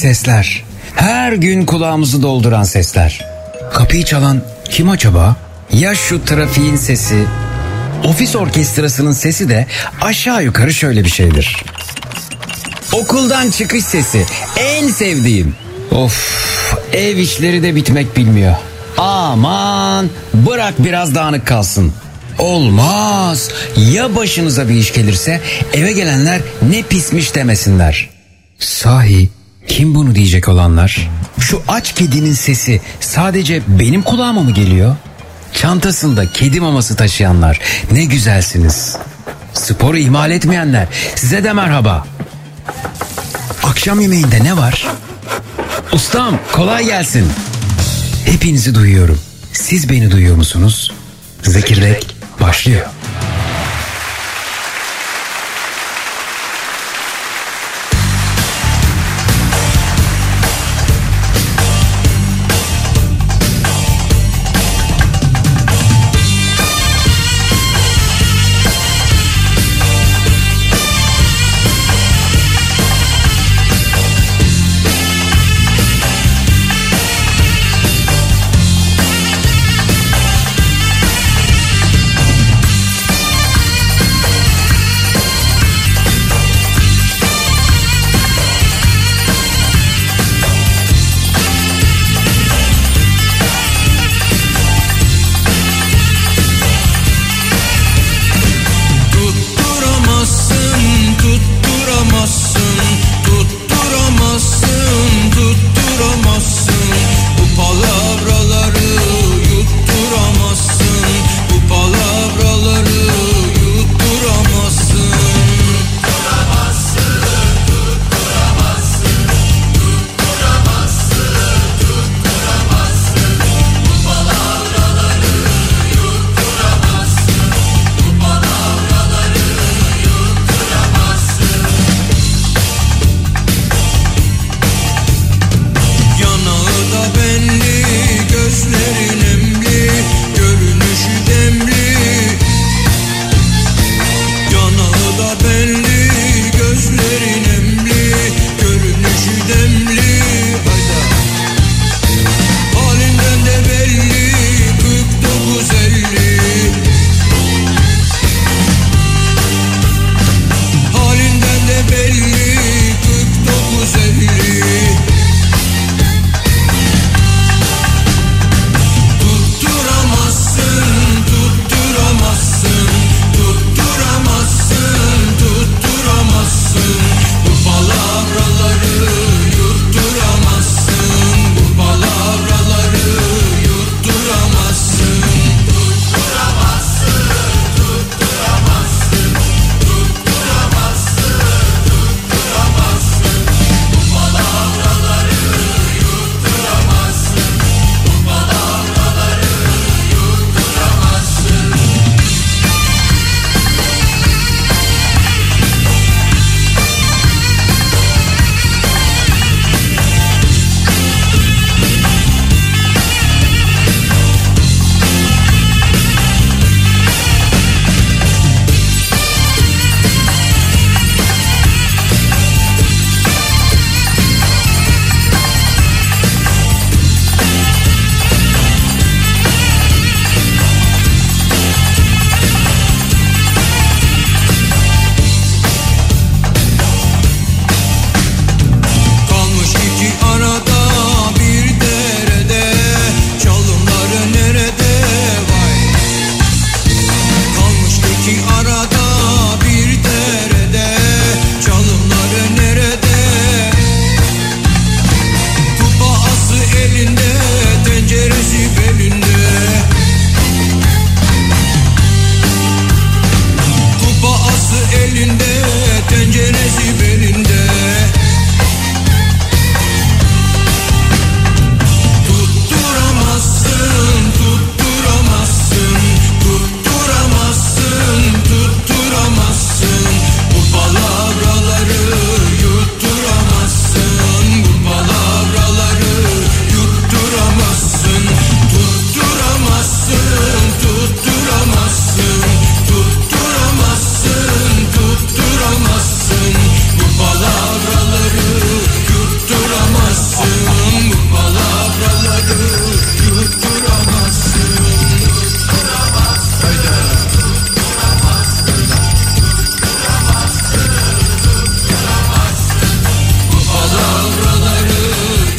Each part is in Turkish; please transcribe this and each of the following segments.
sesler. Her gün kulağımızı dolduran sesler. Kapıyı çalan kim acaba? Ya şu trafiğin sesi, ofis orkestrasının sesi de aşağı yukarı şöyle bir şeydir. Okuldan çıkış sesi, en sevdiğim. Of, ev işleri de bitmek bilmiyor. Aman, bırak biraz dağınık kalsın. Olmaz. Ya başınıza bir iş gelirse eve gelenler ne pismiş demesinler. Sahi kim bunu diyecek olanlar? Şu aç kedinin sesi sadece benim kulağıma mı geliyor? Çantasında kedi maması taşıyanlar ne güzelsiniz. Sporu ihmal etmeyenler size de merhaba. Akşam yemeğinde ne var? Ustam kolay gelsin. Hepinizi duyuyorum. Siz beni duyuyor musunuz? Zekirdek başlıyor.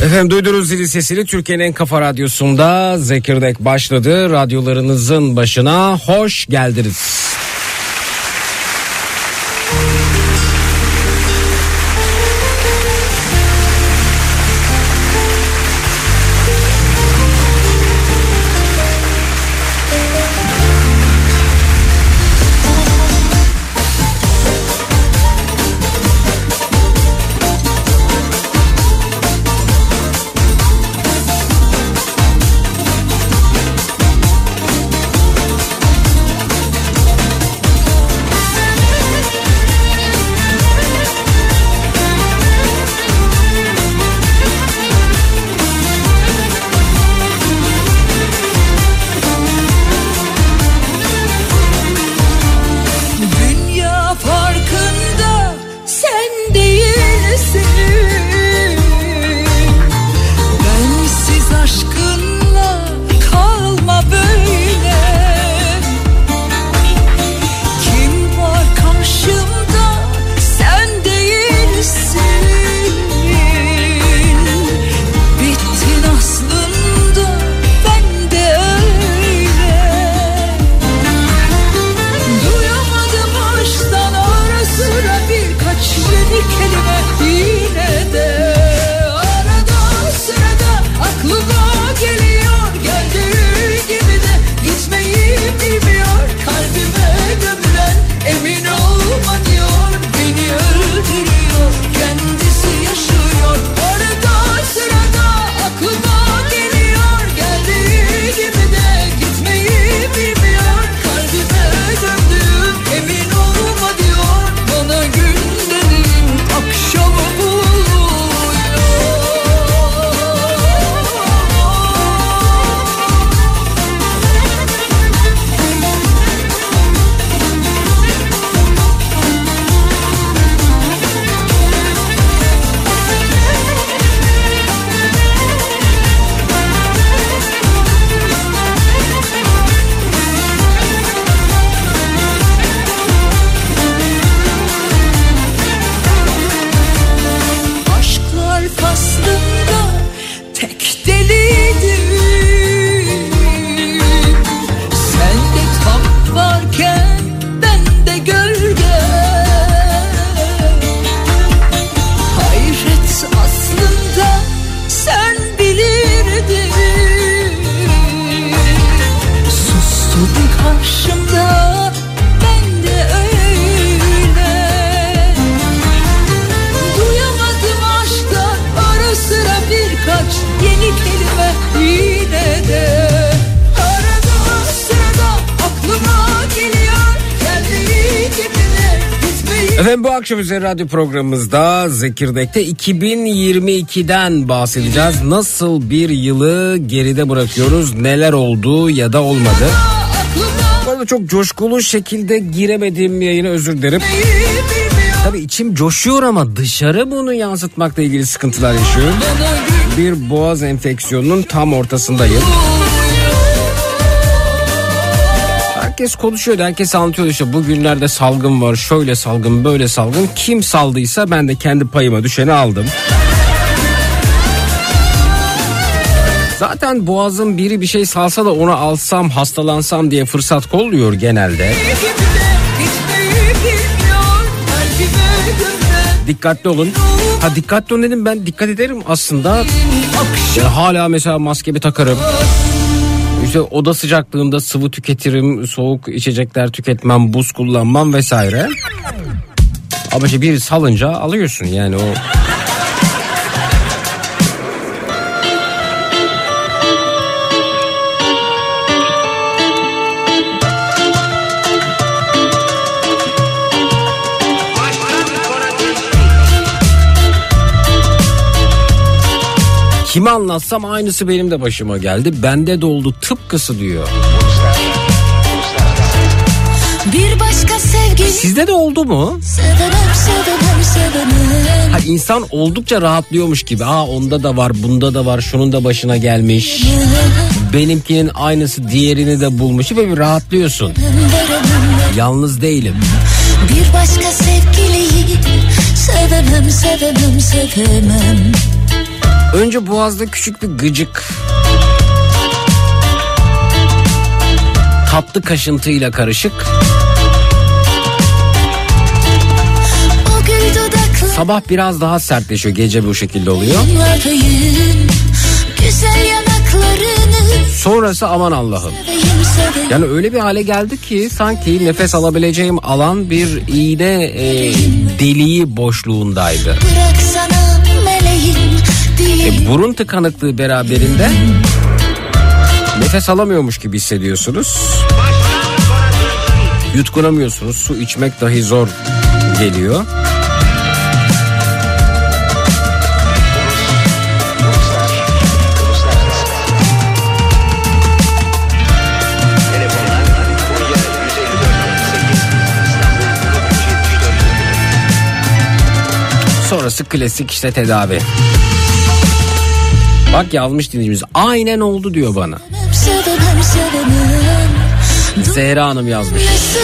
Efendim duydunuz zili sesini, Türkiye'nin en kafa radyosunda Zekirdek başladı. Radyolarınızın başına hoş geldiniz. Efendim bu akşam üzeri radyo programımızda Zekirdek'te 2022'den bahsedeceğiz. Nasıl bir yılı geride bırakıyoruz, neler oldu ya da olmadı. Bu arada çok coşkulu şekilde giremedim yayına, özür dilerim. Tabii içim coşuyor ama dışarı bunu yansıtmakla ilgili sıkıntılar yaşıyorum. Bir boğaz enfeksiyonunun tam ortasındayım. Herkes konuşuyordu, herkes anlatıyordu işte bugünlerde salgın var, şöyle salgın, böyle salgın. Kim saldıysa ben de kendi payıma düşeni aldım. Zaten boğazın biri bir şey salsa da onu alsam, hastalansam diye fırsat kolluyor genelde. Dikkatli olun. Ha dikkatli olun dedim, ben dikkat ederim aslında. Hala mesela maskemi takarım. İşte oda sıcaklığında sıvı tüketirim, soğuk içecekler tüketmem, buz kullanmam vesaire. Ama işte bir salınca alıyorsun yani o. Kime anlatsam aynısı benim de başıma geldi. Bende de oldu tıpkısı diyor. Bir başka sevgili. Sizde de oldu mu? Sevemem. Ha, insan oldukça rahatlıyormuş gibi. Onda da var, bunda da var, şunun da başına gelmiş. Benimkinin aynısı diğerini de bulmuş ve bir rahatlıyorsun. Yalnız değilim. Bir başka sevgiliyi sevemem. Önce boğazda küçük bir gıcık, tatlı kaşıntıyla karışık. Sabah biraz daha sertleşiyor, gece bu şekilde oluyor. Sonrası aman Allah'ım. Yani öyle bir hale geldi ki sanki nefes alabileceğim alan bir iğne deliği boşluğundaydı. Burun tıkanıklığı beraberinde nefes alamıyormuş gibi hissediyorsunuz. Yutkunamıyorsunuz. Su içmek dahi zor geliyor. Sonrası klasik işte tedavi. Bak yazmış dinleyicimiz. Aynen oldu diyor bana. Zehra Hanım yazmış.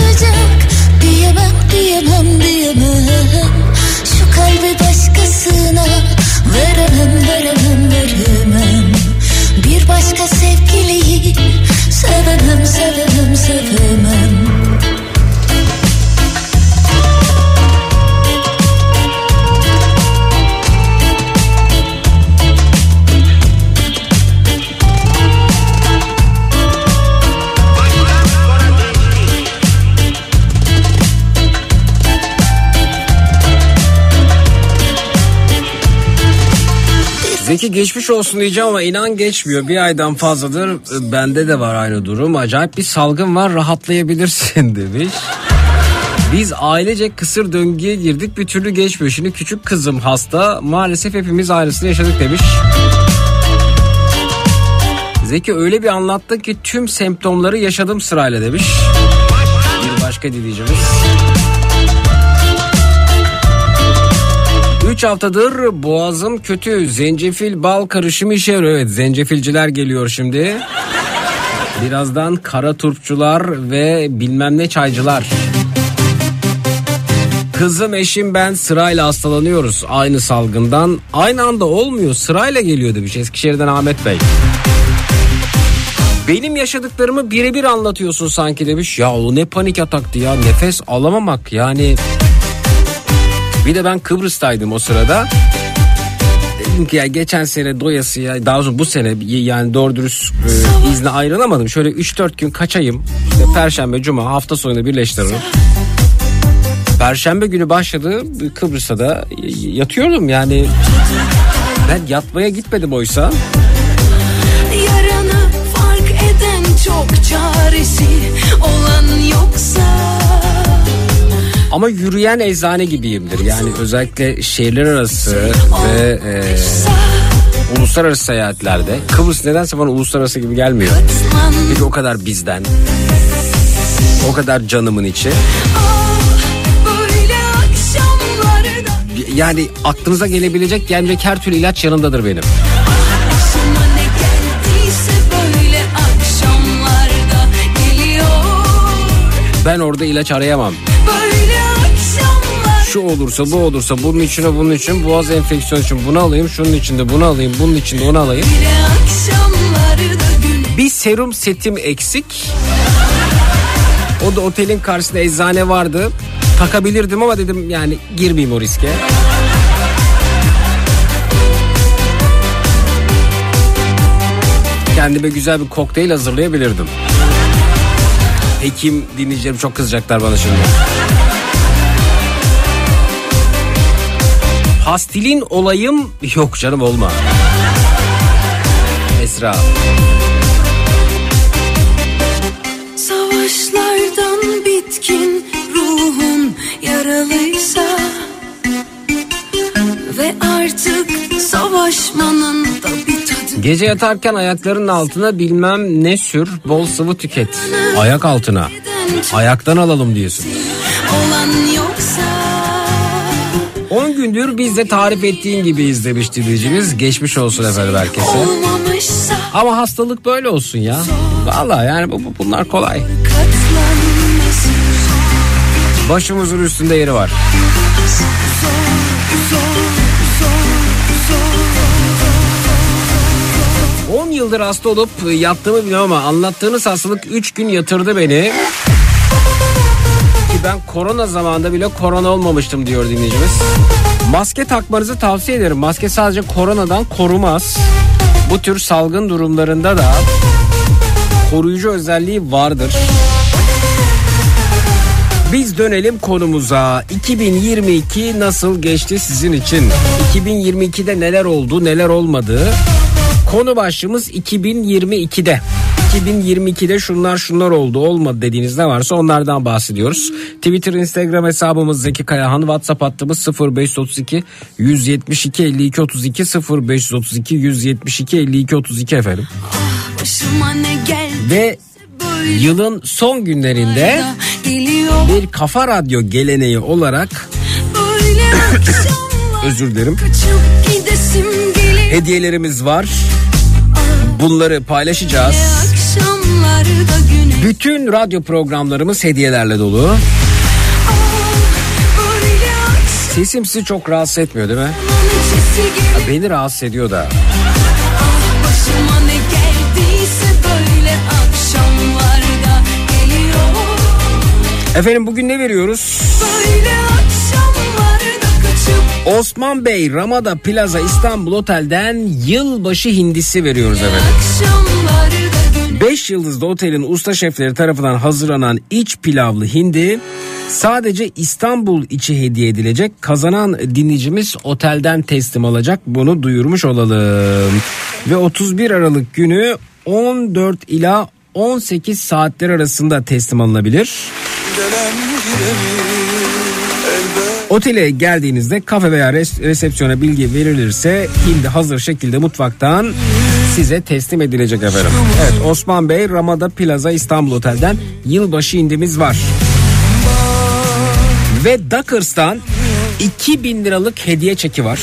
Diyemem. Şu kalbi başkasına veremem. Bir başka sevgiliyi sevemem. Zeki geçmiş olsun diyeceğim ama inan geçmiyor. Bir aydan fazladır bende de var aynı durum. Acayip bir salgın var, rahatlayabilirsin demiş. Biz ailece kısır döngüye girdik, bir türlü geçmiyor. Şimdi küçük kızım hasta, maalesef hepimiz aynısını yaşadık demiş. Zeki öyle bir anlattı ki tüm semptomları yaşadım sırayla demiş. Bir başka dinleyicimiz. 3 haftadır boğazım kötü. Zencefil bal karışımı işe yarıyor. Evet, zencefilciler geliyor şimdi. Birazdan kara turpçular ve bilmem ne çaycılar. Kızım, eşim, ben sırayla hastalanıyoruz aynı salgından. Aynı anda olmuyor, sırayla geliyor demiş Eskişehir'den Ahmet Bey. Benim yaşadıklarımı birebir anlatıyorsun sanki demiş. Ya o ne panik ataktı ya, nefes alamamak yani. Bir de ben Kıbrıs'taydım o sırada. Dedim ki ya geçen sene doyasıya, daha doğrusu bu sene yani doğru dürüst izne ayrılamadım. Şöyle 3-4 gün kaçayım. İşte Perşembe, Cuma, hafta sonunu birleştiririm. Perşembe günü başladı, Kıbrıs'ta da yatıyordum yani. Ben yatmaya gitmedim oysa. Yaranı fark eden çok çaresi olan yoksa. Ama yürüyen eczane gibiyimdir. Yani özellikle şehirler arası ve uluslararası seyahatlerde. Kıbrıs nedense bana uluslararası gibi gelmiyor. Çünkü o kadar bizden. O kadar canımın içi. Yani aklınıza gelebilecek, gelmeyecek her türlü ilaç yanındadır benim. Ben orada ilaç arayamam. Şu olursa, bu olursa, bunun için, boğaz enfeksiyonu için bunu alayım, şunun için de bunu alayım, bunun için de onu alayım. Bir serum setim eksik. O da otelin karşısında eczane vardı. Takabilirdim ama dedim yani girmeyeyim o riske. Kendime güzel bir kokteyl hazırlayabilirdim. Hekim dinleyicilerim çok kızacaklar bana şimdi. Pastilin olayım yok canım, olma. Esra. Savaşlardan bitkin ruhun yaralıysa ve artık savaşmanın da bir tadı. Gece yatarken ayaklarının altına bilmem ne sür, bol sıvı tüket. Ayak altına. Ayaktan alalım diyorsun. Olan yoksa. 10 gündür biz de tarif ettiğin gibi izlemiş dinleyicimiz. Geçmiş olsun efendim herkese. Ama hastalık böyle olsun ya. Vallahi yani bunlar kolay. Başımızın üstünde yeri var. yıldır hasta olup yattığımı biliyorum ama anlattığınız hastalık 3 gün yatırdı beni. Ki ben korona zamanında bile korona olmamıştım diyor dinleyicimiz. Maske takmanızı tavsiye ederim. Maske sadece koronadan korumaz. Bu tür salgın durumlarında da koruyucu özelliği vardır. Biz dönelim konumuza. 2022 nasıl geçti sizin için? 2022'de neler oldu, neler olmadı? Konu başlığımız 2022'de. 2022'de şunlar oldu, olmadı dediğiniz ne varsa onlardan bahsediyoruz. Twitter, Instagram hesabımız Zeki Kayahan, WhatsApp hattımız 0532 172 52 32 0532 172 52 32 efendim. Ve yılın son günlerinde bir Kafa Radyo geleneği olarak özür dilerim, hediyelerimiz var. Bunları paylaşacağız. Bütün radyo programlarımız hediyelerle dolu. Sesim sizi çok rahatsız etmiyor değil mi? Beni rahatsız ediyor da. Efendim bugün ne veriyoruz? Osman Bey Ramada Plaza İstanbul Otel'den yılbaşı hindisi veriyoruz efendim. 5 yıldızlı otelin usta şefleri tarafından hazırlanan iç pilavlı hindi sadece İstanbul içi hediye edilecek. Kazanan dinleyicimiz otelden teslim alacak. Bunu duyurmuş olalım. Ve 31 Aralık günü 14 ila 18 saatler arasında teslim alınabilir. Otele geldiğinizde kafe veya resepsiyona bilgi verilirse hindi hazır şekilde mutfaktan size teslim edilecek efendim. Evet, Osman Bey Ramada Plaza İstanbul Otel'den yılbaşı hindimiz var. Ve Dockers'tan 2000 liralık hediye çeki var.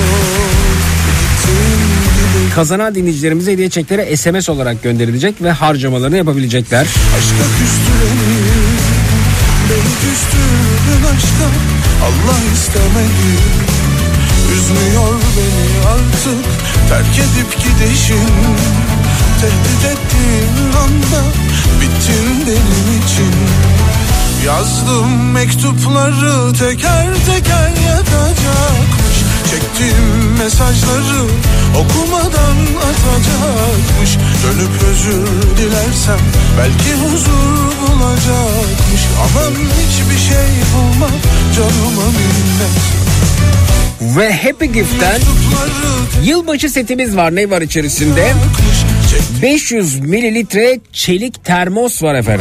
Kazanan dinleyicilerimize hediye çekleri SMS olarak gönderilecek ve harcamalarını yapabilecekler. Aşka küstüreni, beni küstürdün aşka, Allah istemedi. Üzmüyor beni artık terk edip gidişin. Tehdit ettiğin anda bittin benim için. Yazdım mektupları teker teker yakacakmış. Çektiğim mesajları okumadan atacakmış. Dönüp özür dilersem belki huzur bulacakmış. Aman hiçbir şey bulmam, canıma minnet. Ve Happy Gift'ten yılbaşı setimiz var. Ne var içerisinde? 500 mililitre çelik termos var efendim.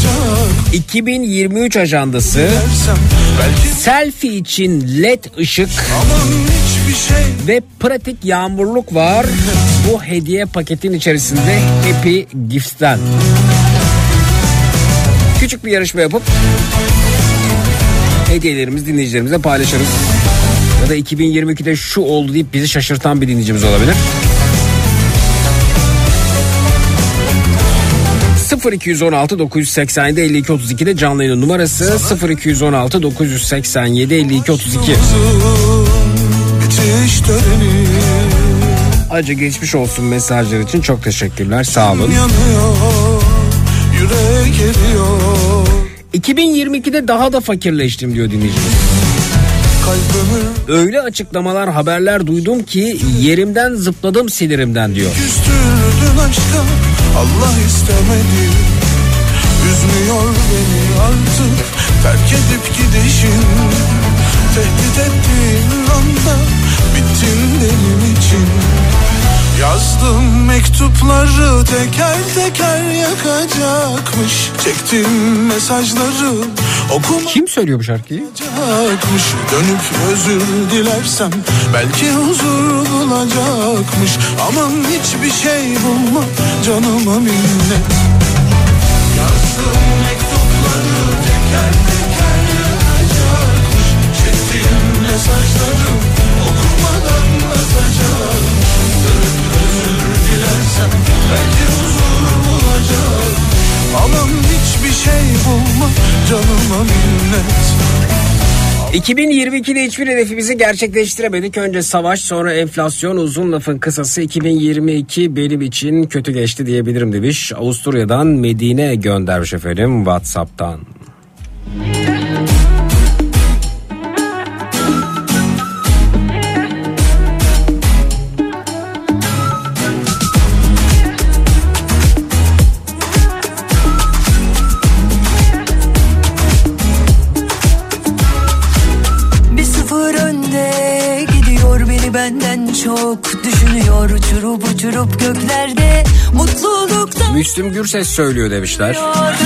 2023 ajandası, selfie için led ışık ve pratik yağmurluk var. Bu hediye paketin içerisinde Happy Gift'ten. Küçük bir yarışma yapıp hediyelerimizi dinleyicilerimize paylaşırız. Ya da 2022'de şu oldu deyip bizi şaşırtan bir dinleyicimiz olabilir. 0216 987 52 32'de canlı yayın numarası 0216 987 52 32. Acı geçmiş olsun mesajlar için çok teşekkürler, sağ olun. 2022'de daha da fakirleştim diyor dinleyicimiz. Öyle açıklamalar, haberler duydum ki yerimden zıpladım sinirimden diyor. Küstürdün aşka, Allah istemedi. Üzmüyor beni artık terk edip gidişin. Tehdit ettiğin anda bittin benim için. Yazdım mektupları teker teker yakacakmış. Çektim mesajları okuma. Kim söylüyor bu şarkıyı? Dönüp özür dilersem belki huzur bulacakmış. Aman hiçbir şey bulma, canıma minnet. Yazdım mektupları teker teker yakacakmış. Çektim mesajları okumadan atacakmış. Dönüp özür dilersem belki huzur bulacak. Aman hiçbir şey bulma, canıma minnet. 2022'de hiçbir hedefimizi gerçekleştiremedik. Önce savaş, sonra enflasyon, uzun lafın kısası 2022 benim için kötü geçti diyebilirim demiş. Avusturya'dan Medine göndermiş efendim WhatsApp'tan. Benden çok düşünüyor, uçurup uçurup göklerde mutluluktan. Müslüm Gürses söylüyor demişler.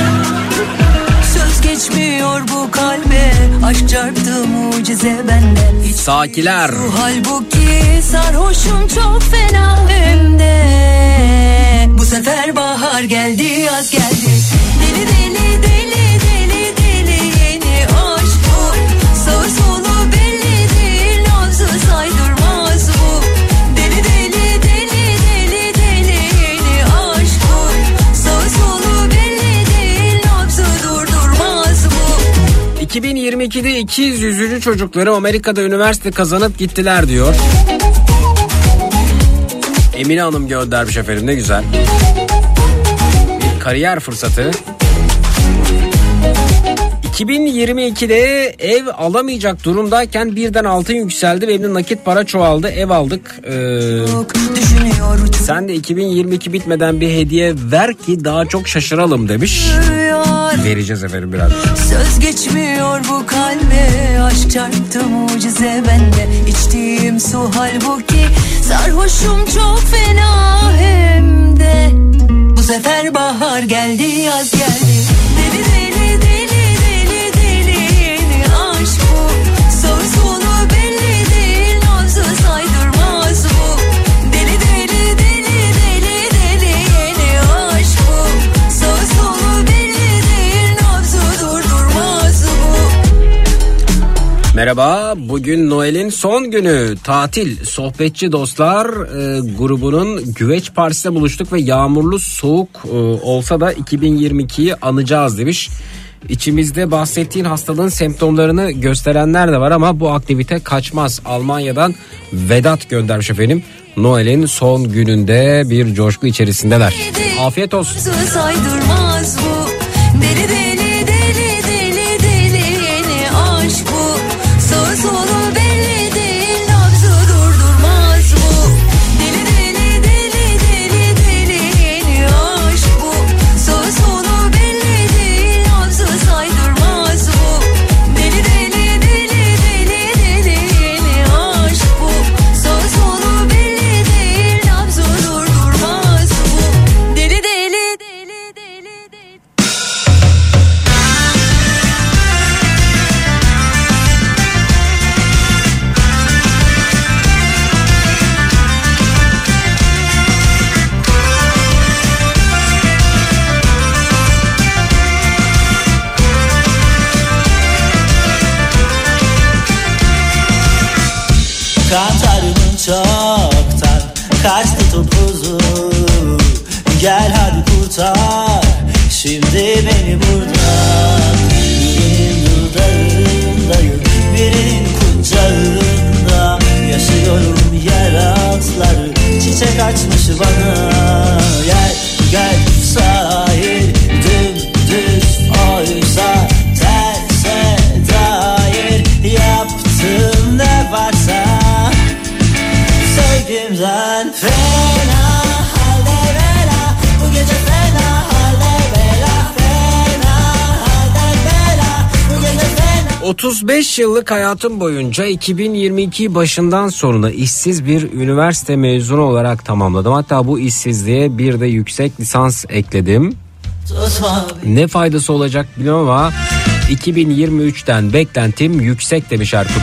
Söz geçmiyor bu kalbe, aşk çarptı mucize benden. Hiç Sakiler. Halbuki sarhoşum çok fena hem de. Bu sefer bahar geldi, yaz geldi. Deli deli deli deli deli yeni aşk bu. Sağ solu belli değil, nabzı saydırma. Deli deli deli deli deli yeni aşk bu. Sağ solu belli değil, nabzı durdurmaz bu. 2022'de ikiz yüzücü çocukları Amerika'da üniversite kazanıp gittiler diyor. Emine Hanım göndermiş efendim, ne güzel. Bir kariyer fırsatı. 2022'de ev alamayacak durumdayken birden altın yükseldi ve evde nakit para çoğaldı. Ev aldık. Sen de 2022 bitmeden bir hediye ver ki daha çok şaşıralım demiş. Vereceğiz efendim biraz. Söz geçmiyor bu kalbe, aşk çarptı mucize bende. İçtiğim su halbuki sarhoşum çok fena hem de. Bu sefer bahar geldi, yaz geldi. Deli deli deli deli deli yeni aşk bu. Sağ solu belli değil, nabzı saydırmaz bu. Deli deli deli deli deli yeni aşk bu. Sağ solu belli değil, nabzı durdurmaz bu. Merhaba, bugün Noel'in son günü, tatil. Sohbetçi Dostlar grubunun güveç partisinde buluştuk ve yağmurlu soğuk olsa da 2022'yi anacağız demiş. İçimizde bahsettiğin hastalığın semptomlarını gösterenler de var ama bu aktivite kaçmaz. Almanya'dan Vedat göndermiş efendim. Noel'in son gününde bir coşku içerisindeler. Afiyet olsun. Saydırmaz bu. Deli deli deli deli deli yeni aşk bu. Sağ solu belli değil, nabzı durdurmaz bu. Deli deli deli deli deli yeni aşk bu. Sağ solu belli değil, nabzı saydırmaz bu. Deli deli deli deli deli yeni aşk bu. Sağ solu belli değil, nabzı durdurmaz bu. Deli deli deli deli deli. Kantarımın çoktan kaçtı topuzu. Gel hadi kurtar şimdi beni buradan. Birinin dudağındayım, birinin kucağında. Yaşıyorum yer altları, çiçek açmış bana. Gel gel sahil dümdüz oysa terse dair yaptığım ne varsa. Sevgimden fena halde bela, bu gece fena halde bela, fena halde bela, bu gece fena. 35 yıllık hayatım boyunca 2022 başından sonuna işsiz bir üniversite mezunu olarak tamamladım. Hatta bu işsizliğe bir de yüksek lisans ekledim. Ne faydası olacak bilmiyorum ama 2023'ten beklentim yüksek demiş Erkut.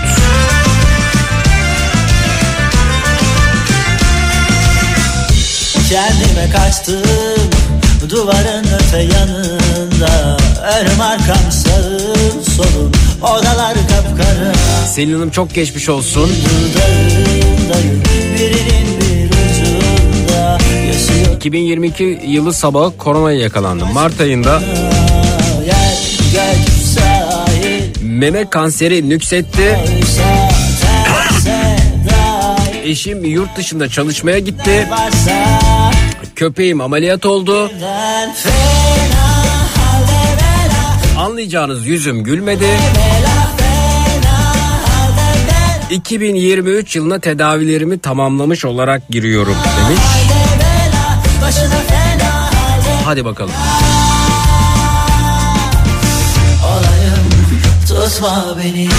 Kendime kaçtım duvarın öte yanında. Önüm arkam sağım solum, odalar kapkara. Selin Hanım çok geçmiş olsun. Dudağındayım, birinin bir ucunda. Yaşıyor 2022 yılı sabahı koronaya yakalandım. Mart ayında gel gel sahil. Meme kanseri nüksetti. Eşim yurt dışında çalışmaya gitti. Köpeğim ameliyat oldu. Anlayacağınız yüzüm gülmedi. 2023 yılına tedavilerimi tamamlamış olarak giriyorum demiş. Hadi bakalım. Olayım, tutma beni.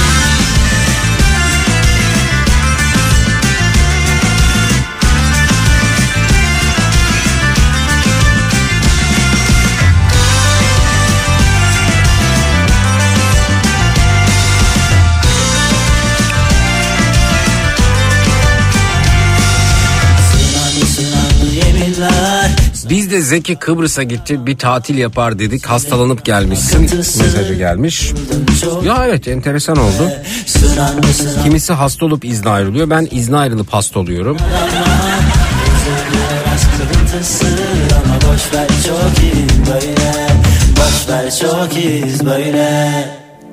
Biz de Zeki Kıbrıs'a gitti, bir tatil yapar dedik, hastalanıp gelmişsin mesajı gelmiş. Ya evet, enteresan oldu. Kimisi hasta olup izne ayrılıyor, ben izne ayrılıp hasta oluyorum. Ama boş ver, çok iyi böyle. Boş ver, çok iyiyiz böyle.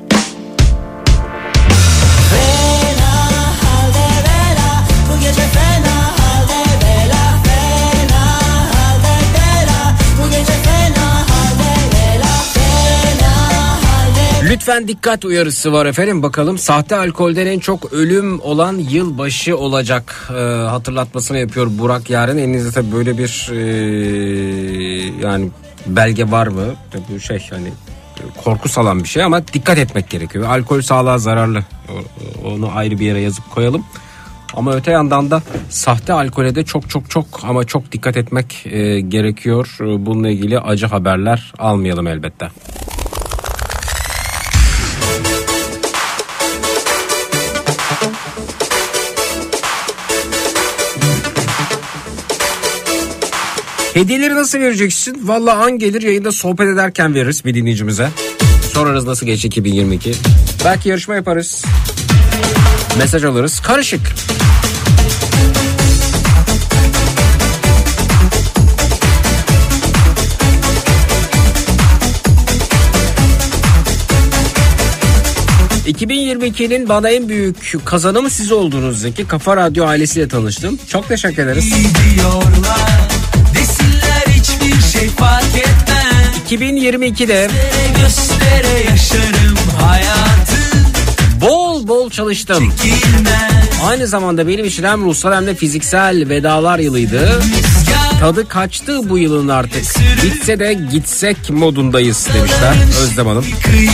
Lütfen dikkat uyarısı var efendim, bakalım. Sahte alkolden en çok ölüm olan yılbaşı olacak hatırlatmasını yapıyor Burak Yaren. Elinizde tabii böyle bir yani belge var mı? Bu şey hani korku salan bir şey ama dikkat etmek gerekiyor. Alkol sağlığa zararlı, onu ayrı bir yere yazıp koyalım. Ama öte yandan da sahte alkole de çok ama çok dikkat etmek gerekiyor. Bununla ilgili acı haberler almayalım elbette. Hediyeleri nasıl vereceksin? Vallahi an gelir, yayında sohbet ederken veririz bir dinleyicimize. Sorarız nasıl geçti 2022. Belki yarışma yaparız. Mesaj alırız. Karışık. ...2022'nin bana en büyük kazanımı siz oldunuz Zeki. Kafa Radyo ailesiyle tanıştım. Çok teşekkür ederiz. Desinler hiçbir şey fark etmez. 2022'de göstere yaşarım hayatı. Bol çalıştım. Aynı zamanda benim için hem ruhsal hem de fiziksel vedalar yılıydı. Tadı kaçtı bu yılın artık. Bitse de gitsek modundayız demişler Özlem Hanım.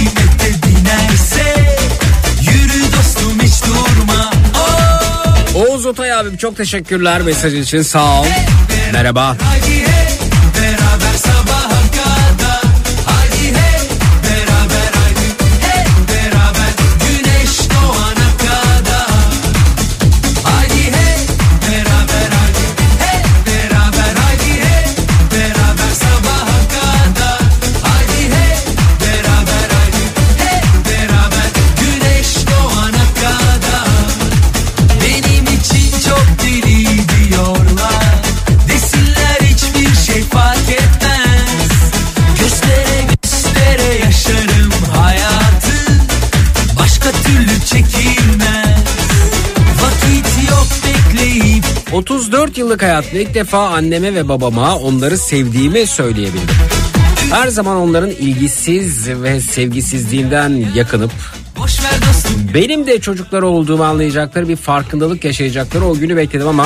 Yürü dostum hiç durma. Oğuz Otay abim çok teşekkürler mesaj için, sağ ol. Merhaba. Hadi hep beraber sabaha kadar. Hadi hep beraber, hadi hep beraber güneş doğana kadar. Hadi hep beraber, hadi hep beraber, hadi hep beraber sabaha kadar. Hadi hep beraber, hadi hep beraber güneş doğana kadar. Benim için çok deli diyorlar. Desinler hiçbir şey fark etmez. Göstere yaşarım hayatı. Başka türlü çekilmez. Vakit yok bekleyip. 34 yıllık hayatımda ilk defa anneme ve babama onları sevdiğimi söyleyebildim. Her zaman onların ilgisiz ve sevgisizliğinden yakınıp Boş ver dostum. benim de çocukları olduğumu anlayacakları bir farkındalık yaşayacakları o günü bekledim ama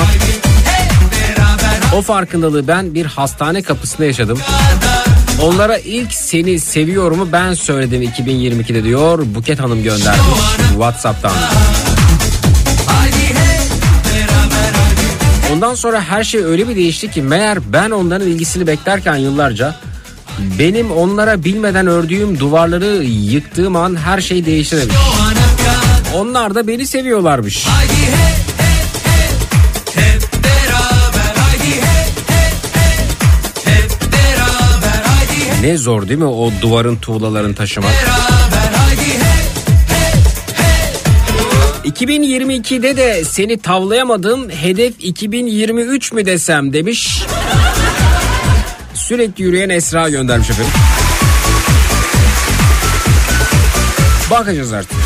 o farkındalığı ben bir hastane kapısında yaşadım. Onlara ilk seni seviyorumu ben söyledim 2022'de diyor Buket Hanım göndermiş WhatsApp'tan. Ondan sonra her şey öyle bir değişti ki meğer ben onların ilgisini beklerken yıllarca benim onlara bilmeden ördüğüm duvarları yıktığım an her şey değişti demiş. Onlar da beni seviyorlarmış. Ne zor değil mi o duvarın tuğlalarını taşımak? 2022'de de seni tavlayamadım, hedef 2023 mü desem demiş. Sürekli yürüyen Esra göndermiş efendim. Bakacağız artık.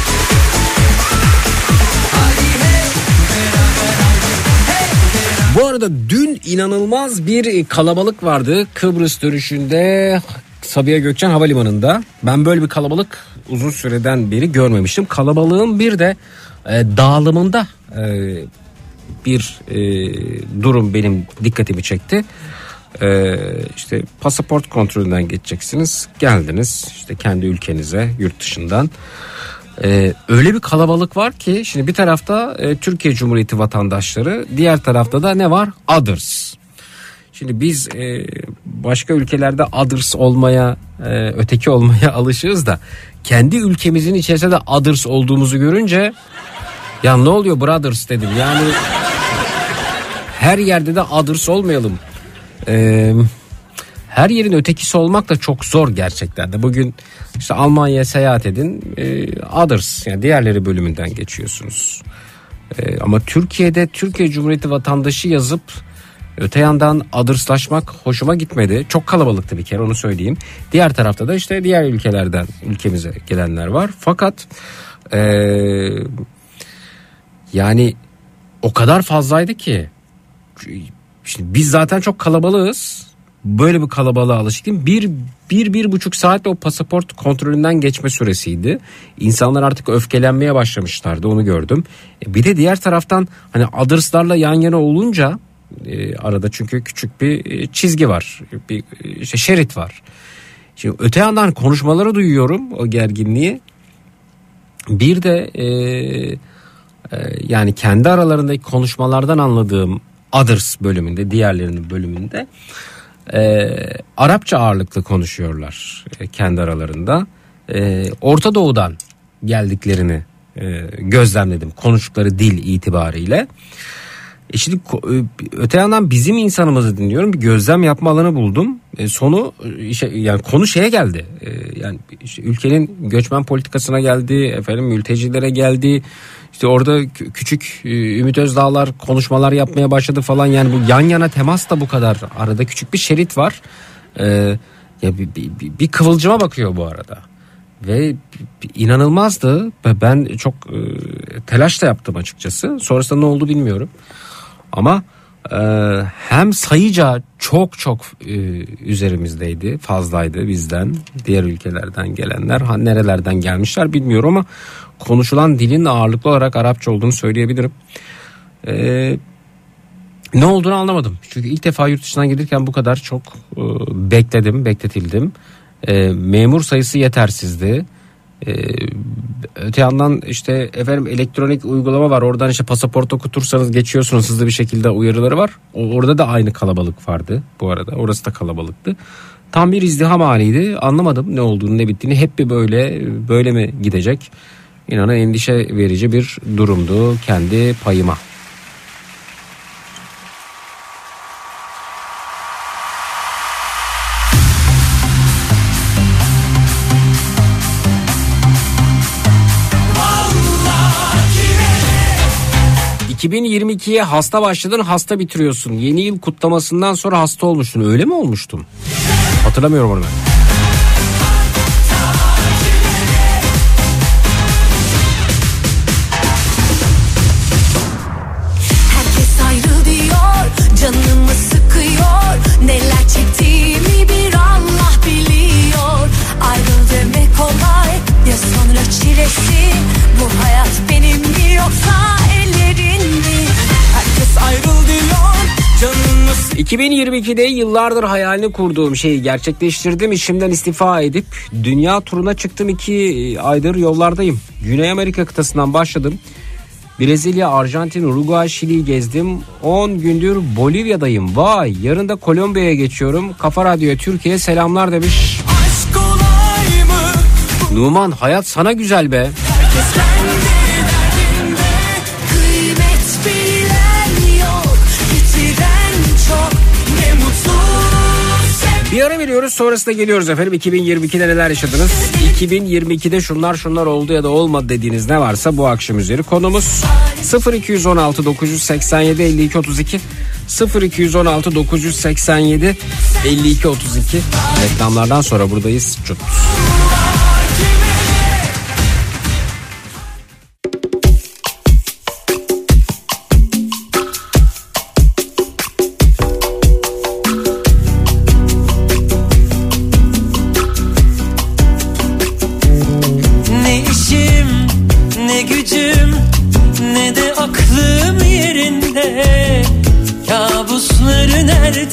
Bu arada dün inanılmaz bir kalabalık vardı Kıbrıs dönüşünde Sabiha Gökçen Havalimanı'nda. Ben böyle bir kalabalık uzun süreden beri görmemiştim. Kalabalığın bir de dağılımında bir durum benim dikkatimi çekti. İşte pasaport kontrolünden geçeceksiniz. Geldiniz işte kendi ülkenize yurt dışından. Öyle bir kalabalık var ki şimdi bir tarafta Türkiye Cumhuriyeti vatandaşları, diğer tarafta da ne var? Others. Şimdi biz başka ülkelerde others olmaya, öteki olmaya alışığız da kendi ülkemizin içerisinde de others olduğumuzu görünce ya ne oluyor brothers dedim. Yani her yerde de others olmayalım. Her yerin ötekisi olmak da çok zor gerçekten de. Bugün işte Almanya'ya seyahat edin, others yani diğerleri bölümünden geçiyorsunuz. Ama Türkiye'de Türkiye Cumhuriyeti vatandaşı yazıp öte yandan others'laşmak hoşuma gitmedi. Çok kalabalıktı bir kere, onu söyleyeyim. Diğer tarafta da işte diğer ülkelerden ülkemize gelenler var. Fakat yani o kadar fazlaydı ki. Şimdi biz zaten çok kalabalığız. Böyle bir kalabalığa alışkın. Bir buçuk saatte o pasaport kontrolünden geçme süresiydi. İnsanlar artık öfkelenmeye başlamışlardı, onu gördüm. Bir de diğer taraftan hani others'larla yan yana olunca arada çünkü küçük bir çizgi var. Bir işte şerit var. Şimdi öte yandan konuşmaları duyuyorum, o gerginliği. Bir de yani kendi aralarındaki konuşmalardan anladığım others bölümünde, diğerlerinin bölümünde Arapça ağırlıklı konuşuyorlar kendi aralarında. Orta Doğu'dan geldiklerini gözlemledim konuştukları dil itibariyle. Şimdi öte yandan bizim insanımızı dinliyorum, bir gözlem yapma alanı buldum. Sonu yani konu şeye geldi. Yani işte ülkenin göçmen politikasına geldi, efendim mültecilere geldi. İşte orada küçük Ümit Özdağlar konuşmalar yapmaya başladı falan. Yani bu yan yana temas da bu kadar. Arada küçük bir şerit var. Ya bir kıvılcıma bakıyor bu arada. Ve inanılmazdı. Ben çok telaş da yaptım açıkçası. Sonrasında ne oldu bilmiyorum. Ama hem sayıca çok üzerimizdeydi, fazlaydı bizden, diğer ülkelerden gelenler. Nerelerden gelmişler bilmiyorum ama konuşulan dilin ağırlıklı olarak Arapça olduğunu söyleyebilirim. Ne olduğunu anlamadım. Çünkü ilk defa yurt dışından gelirken bu kadar çok bekletildim. Memur sayısı yetersizdi. Öte yandan işte efendim elektronik uygulama var. Oradan işte pasaport okutursanız geçiyorsunuz, hızlı bir şekilde uyarıları var. Orada da aynı kalabalık vardı bu arada. Orası da kalabalıktı. Tam bir izdiham haliydi. Anlamadım ne olduğunu, ne bittiğini. Hep bir böyle mi gidecek? İnanın endişe verici bir durumdu kendi payıma. ...2022'ye hasta başladın, hasta bitiriyorsun. Yeni yıl kutlamasından sonra hasta olmuştun. Öyle mi olmuştum? Hatırlamıyorum onu ben. Herkes ayrı diyor, canımı sıkıyor. Neler çektiğimi bir Allah biliyor. Ayrıl demek kolay, ya sonra çilesi. Bu hayat benim mi yoksa ellerin mi? Herkes ayrıl diyor, canımı sıkıyor. 2022'de yıllardır hayalini kurduğum şeyi gerçekleştirdim. İşimden istifa edip dünya turuna çıktım. 2 aydır yollardayım. Güney Amerika kıtasından başladım. Brezilya, Arjantin, Uruguay, Şili'yi gezdim. 10 gündür Bolivya'dayım. Vay, yarın da Kolombiya'ya geçiyorum. Kafa Radyo'ya Türkiye'ye selamlar demiş. Aşk kolay mı? Numan, hayat sana güzel be. Herkes kendi derdinde. Kıymet bilen yok, bitiren çok. Ne mutlu sen. Bir ara veriyoruz, sonrasında geliyoruz efendim. 2022'de neler yaşadınız? 2022'de şunlar oldu ya da olmadı dediğiniz ne varsa bu akşam üzeri konumuz. 0216 987 52 32 0216 987 52 32. Reklamlardan sonra buradayız. Çut.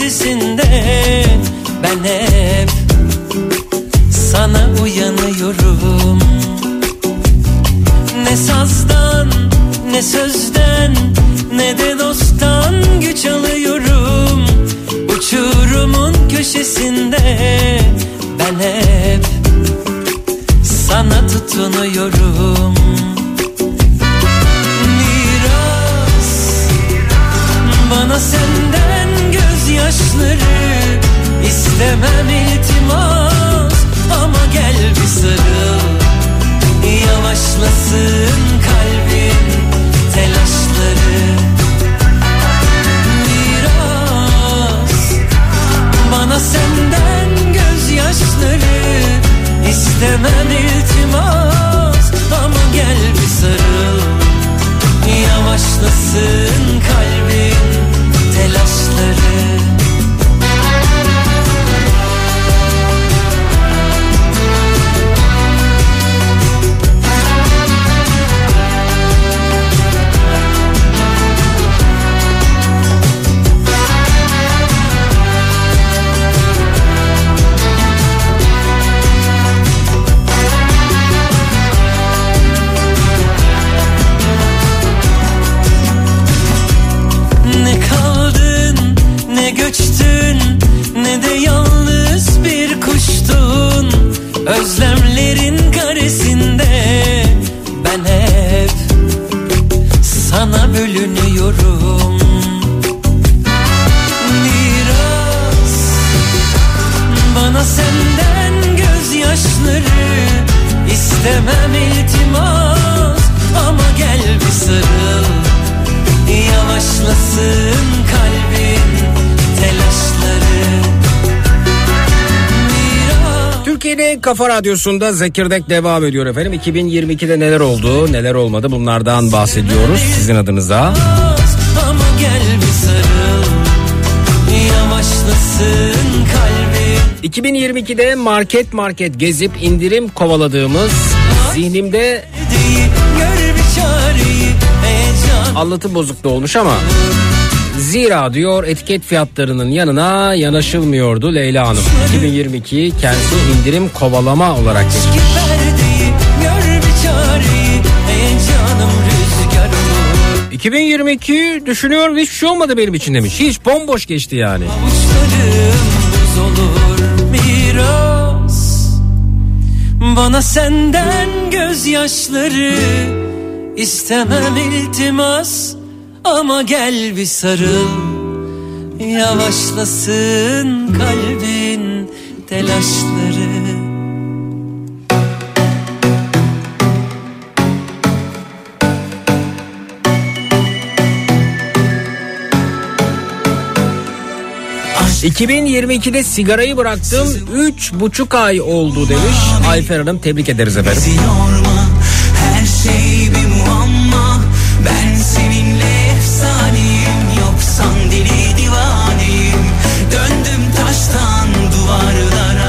köşesinde ben hep sana uyanıyorum. Ne sazdan, ne sözden, ne de dosttan güç alıyorum. Uçurumun köşesinde ben hep sana tutunuyorum. Miras bana senden gözyaşları, istemem iltimas ama gel bir sarıl. Yavaşlasın kalbin telaşları. Miras bana senden gözyaşları, istemem iltimas ama gel bir sarıl. Yavaşlasın kalbin telaşları. Göçtün ne de yalnız bir kuştun. Özlemlerin karesinde ben hep sana bölünüyorum. Miras bana senden gözyaşları, istemem iltimas ama gel bir sarıl. Yavaşlasın kalbin telaşları. Türkiye'de Kafa Radyosu'nda Zekirdek devam ediyor efendim. 2022'de neler oldu, neler olmadı, bunlardan bahsediyoruz sizin adınıza. Ama gel bir sarıl, yavaşlasın kalbim. 2022'de market gezip indirim kovaladığımız, zihnimde anlatı bozukluğu olmuş ama zira diyor etiket fiyatlarının yanına yanaşılmıyordu Leyla Hanım. 2022 kendisi indirim kovalama olarak geçmiş. 2022 düşünüyorum hiçbir şey olmadı benim için demiş. Hiç bomboş geçti yani. Miras bana senden gözyaşları, istemem iltimas ama gel bir sarıl. Yavaşlasın kalbin telaşları. ...2022'de sigarayı bıraktım 3,5 ay oldu demiş Ayfer Hanım, tebrik ederiz efendim. Her şey bir muamma. Ben seninle efsaneyim, yoksan deli divaneyim. Döndüm taştan duvarlara.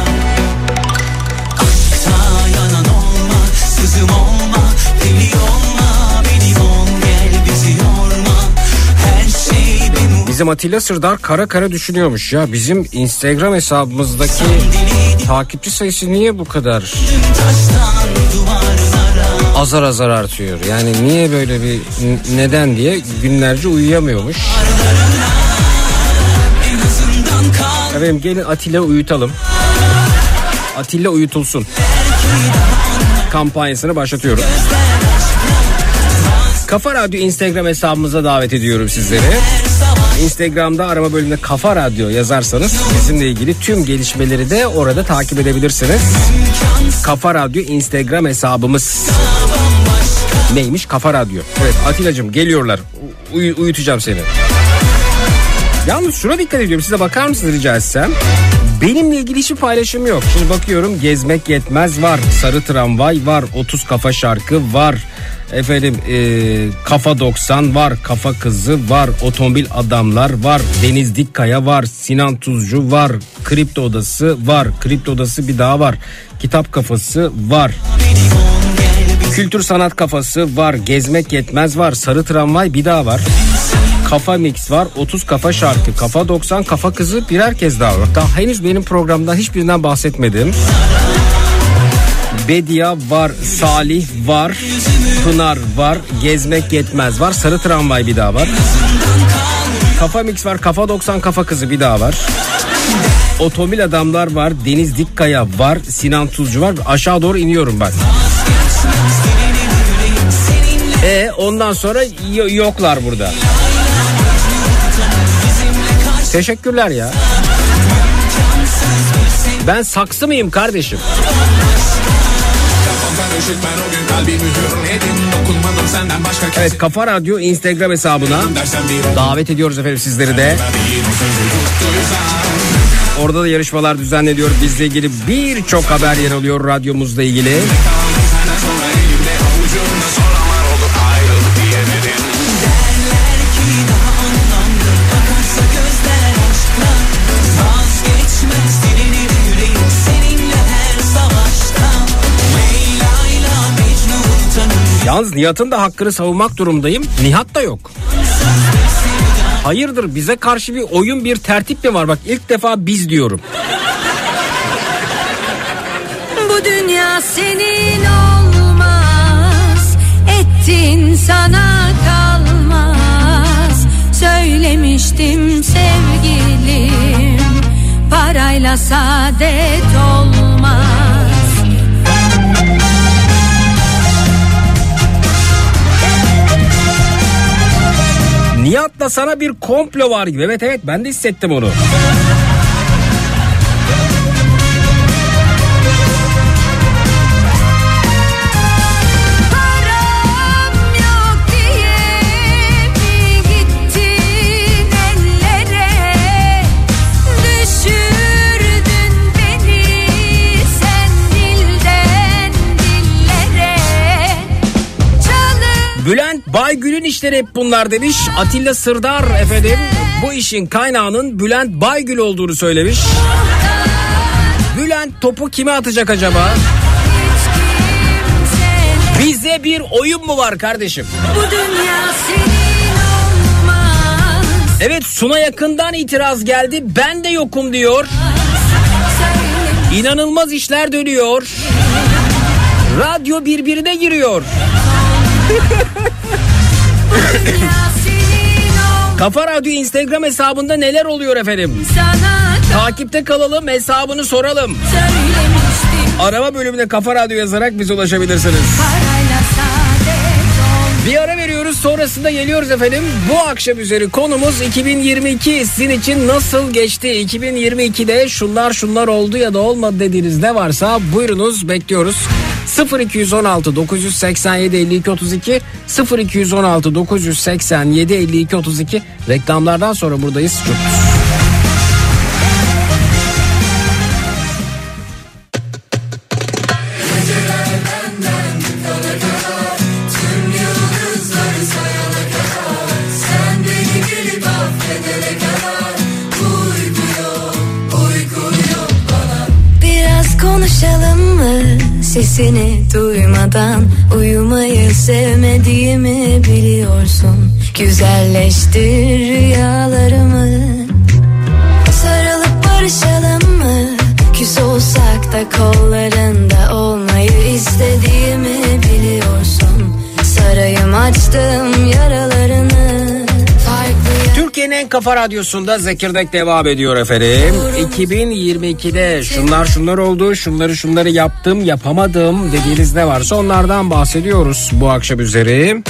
Aşkta yanan olma, sızım olma, deli olma, benim ol, gel bizi yorma. Her şey bir muamma. Bizim Atilla Sırdar kara düşünüyormuş ya. Bizim Instagram hesabımızdaki takipçi sayısı niye bu kadar azar artıyor? Yani niye böyle bir neden diye günlerce uyuyamıyormuş. Efendim gelin Atilla uyutalım. Atilla uyutulsun kampanyasını başlatıyorum. Kafa Radyo Instagram hesabımıza davet ediyorum sizleri. Instagram'da arama bölümünde Kafa Radyo yazarsanız bizimle ilgili tüm gelişmeleri de orada takip edebilirsiniz. Kafa Radyo Instagram hesabımız. Neymiş? Kafa Radyo. Evet Atilla'cığım geliyorlar. Uyutacağım seni. Yalnız şuna dikkat ediyorum. Size bakar mısınız rica etsem? Benimle ilgili hiçbir paylaşım yok. Şimdi bakıyorum, Gezmek Yetmez var. Sarı Tramvay var. 30 Kafa Şarkı var. Efendim Kafa 90 var. Kafa Kızı var. Otomobil Adamlar var. Deniz Dikkaya var. Sinan Tuzcu var. Kripto Odası var. Kripto Odası bir daha var. Kitap Kafası var. Kültür Sanat Kafası var. Gezmek Yetmez var. Sarı Tramvay bir daha var. Kafa Mix var, 30 kafa şarkı, Kafa 90, Kafa Kızı, birer kez daha var. Daha henüz benim programdan hiçbirinden bahsetmedim. Bedia var, Salih var, Pınar var, Gezmek Yetmez var, Sarı Tramvay bir daha var. Kafa Mix var, Kafa 90, Kafa Kızı bir daha var. Otomobil Adamlar var, Deniz Dikkaya var, Sinan Tuzcu var. Aşağı doğru iniyorum bak. Ondan sonra yoklar burada. Teşekkürler ya. Ben saksı mıyım kardeşim? Evet, Kafa Radyo Instagram hesabına davet ediyoruz efendim sizleri de. Orada da yarışmalar düzenleniyor. Bizle ilgili birçok haber yer alıyor radyomuzla ilgili. Yalnız Nihat'ın da hakkını savunmak durumdayım. Nihat da yok. Hayırdır, bize karşı bir oyun, bir tertip mi var? Bak, ilk defa biz diyorum. Bu dünya senin olmaz, ettin sana kalmaz. Söylemiştim sevgilim, parayla saadet olmaz. Nihat'la sana bir komplo var gibi. Evet, ben de hissettim onu. Bülent Baygül'ün işleri hep bunlar demiş. Atilla Sırdar efendim bu işin kaynağının Bülent Baygül olduğunu söylemiş. Bülent topu kime atacak acaba? Bize bir oyun mu var kardeşim? Bu dünya senin olmaz. Evet, Suna Yakın'dan itiraz geldi. Ben de yokum diyor. İnanılmaz işler dönüyor. Radyo birbirine giriyor. Kafa Radyo Instagram hesabında neler oluyor efendim? Takipte kalalım, hesabını soralım. Arama bölümüne Kafa Radyo yazarak bize ulaşabilirsiniz. Bir ara veriyoruz, sonrasında geliyoruz efendim. Bu akşam üzeri konumuz 2022 sizin için nasıl geçti? 2022'de şunlar oldu ya da olmadı dediğiniz ne varsa buyurunuz, bekliyoruz. 0216 987 52 32 0216 987 52 32 reklamlardan sonra buradayız. Biraz konuşalım mı? Sesini duymadan uyumayı sevmediğimi biliyorsun. Güzelleştir rüyalarımı. Sarılıp barışalım mı? Küs olsak da kollarında olmayı istediğimi biliyorsun. Sarayım açtım yaralarını. Türkiye'nin en kafa radyosunda Zekirdek devam ediyor efendim. 2022'de şunlar oldu, şunları yaptım, yapamadım dediğiniz ne varsa onlardan bahsediyoruz bu akşam üzeri.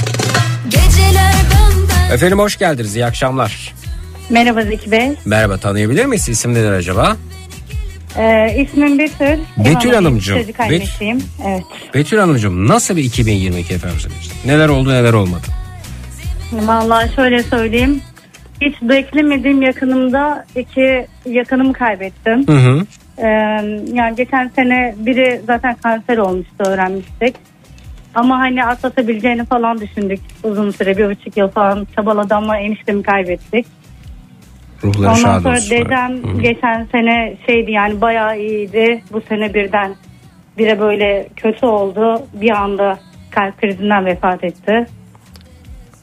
Efendim hoş geldiniz, iyi akşamlar. Merhaba Zeki Bey. Merhaba, tanıyabilir miyiz? İsim nedir acaba? İsmim Betül. Betül Hanımcığım. Çocuk annesiyim. Evet. Betül Hanımcığım, nasıl bir 2022 efendim? Neler oldu, neler olmadı? Vallahi şöyle söyleyeyim. Hiç beklemediğim yakınımda 2 yakınımı kaybettim. Hı. Yani geçen sene biri zaten kanser olmuştu, öğrenmiştik. Ama hani atlatabileceğini falan düşündük. Uzun süre 1,5 yıl falan çabaladı ama eniştemi kaybettik. Ruhları ondan şad sonra olsun. dedem geçen sene şeydi, yani bayağı iyiydi. Bu sene birden bire böyle kötü oldu. Bir anda kalp krizinden vefat etti.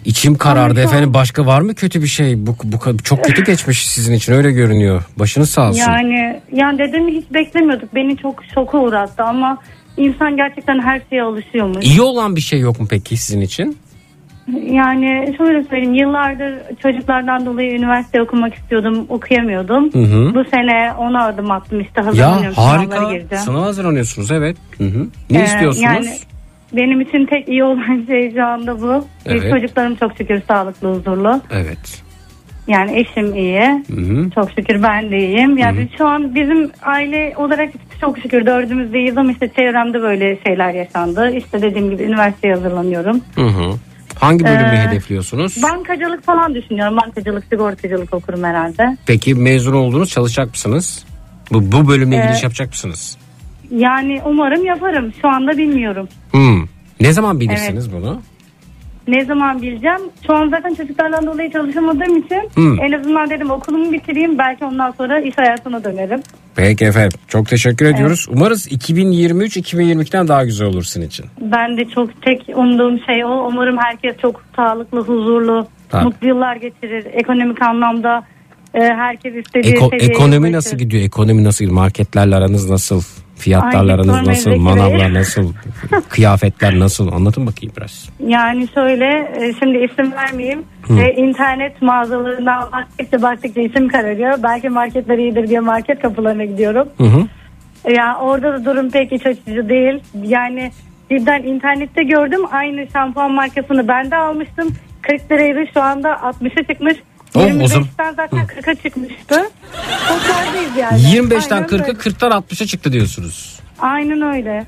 İçim karardı Ama şu an- efendim. Başka var mı kötü bir şey? Bu çok kötü geçmiş sizin için, öyle görünüyor. Başınız sağ olsun. Yani dedemi hiç beklemiyorduk. Beni çok şoka uğrattı ama insan gerçekten her şeye alışıyormuş. İyi olan bir şey yok mu peki sizin için? Yani şöyle söyleyeyim, yıllardır çocuklardan dolayı üniversite okumak istiyordum, okuyamıyordum. Hı. Bu sene ona adım attım, işte Ya hazırlanıyorum, sınavlara harika. gireceğim. Sınava hazırlanıyorsunuz, evet. Hı. Ne istiyorsunuz? Yani benim için tek iyi olan şey şu anda bu. Evet. Çocuklarım çok şükür sağlıklı, huzurlu. Evet. Yani eşim iyi. Hı. Çok şükür ben de iyiyim. Yani şu an bizim aile olarak çok şükür 4'ümüzdeyiz ama işte çevremde böyle şeyler yaşandı. İşte dediğim gibi üniversiteye hazırlanıyorum. Hı. Hangi bölümü hedefliyorsunuz? Bankacılık falan düşünüyorum. Bankacılık, sigortacılık okurum herhalde. Peki mezun oldunuz, çalışacak mısınız? Bu bölümle ilgili iş yapacak mısınız? Yani umarım yaparım. Şu anda bilmiyorum. Ne zaman bilirsiniz bunu? Ne zaman bileceğim? Şu an zaten çocuklardan dolayı çalışamadığım için en azından dedim okulumu bitireyim. Belki ondan sonra iş hayatına dönerim. Peki efendim. Çok teşekkür ediyoruz. Umarız 2023-2022'den daha güzel olur sizin için. Ben de çok tek umduğum şey o. Umarım herkes çok sağlıklı, huzurlu, Tabii. mutlu yıllar geçirir. Ekonomik anlamda herkes istediği seviyeye Ekonomi ulaşır. nasıl gidiyor? Ekonomi nasıl gidiyor? Marketlerle aranız nasıl? Fiyatlarla Ay, aranız sorma nasıl? Zeki Bey. Manavlar nasıl? Kıyafetler nasıl? Anlatın bakayım biraz. Yani şöyle, şimdi isim vermeyeyim. İnternet mağazalarından baktıkça isim kararıyor. Belki marketler iyidir diye market kapılarına gidiyorum. Hı. Ya orada da durum pek iç açıcı değil. Yani birden internette gördüm, aynı şampuan markasını ben de almıştım. 40 liraydı, şu anda 60'a çıkmış. O 25'ten zaten 40'a çıkmıştı. Çok kârdayız yani. 25'ten Aynen 40'a, öyle. 40'tan 60'a çıktı diyorsunuz. Aynen öyle.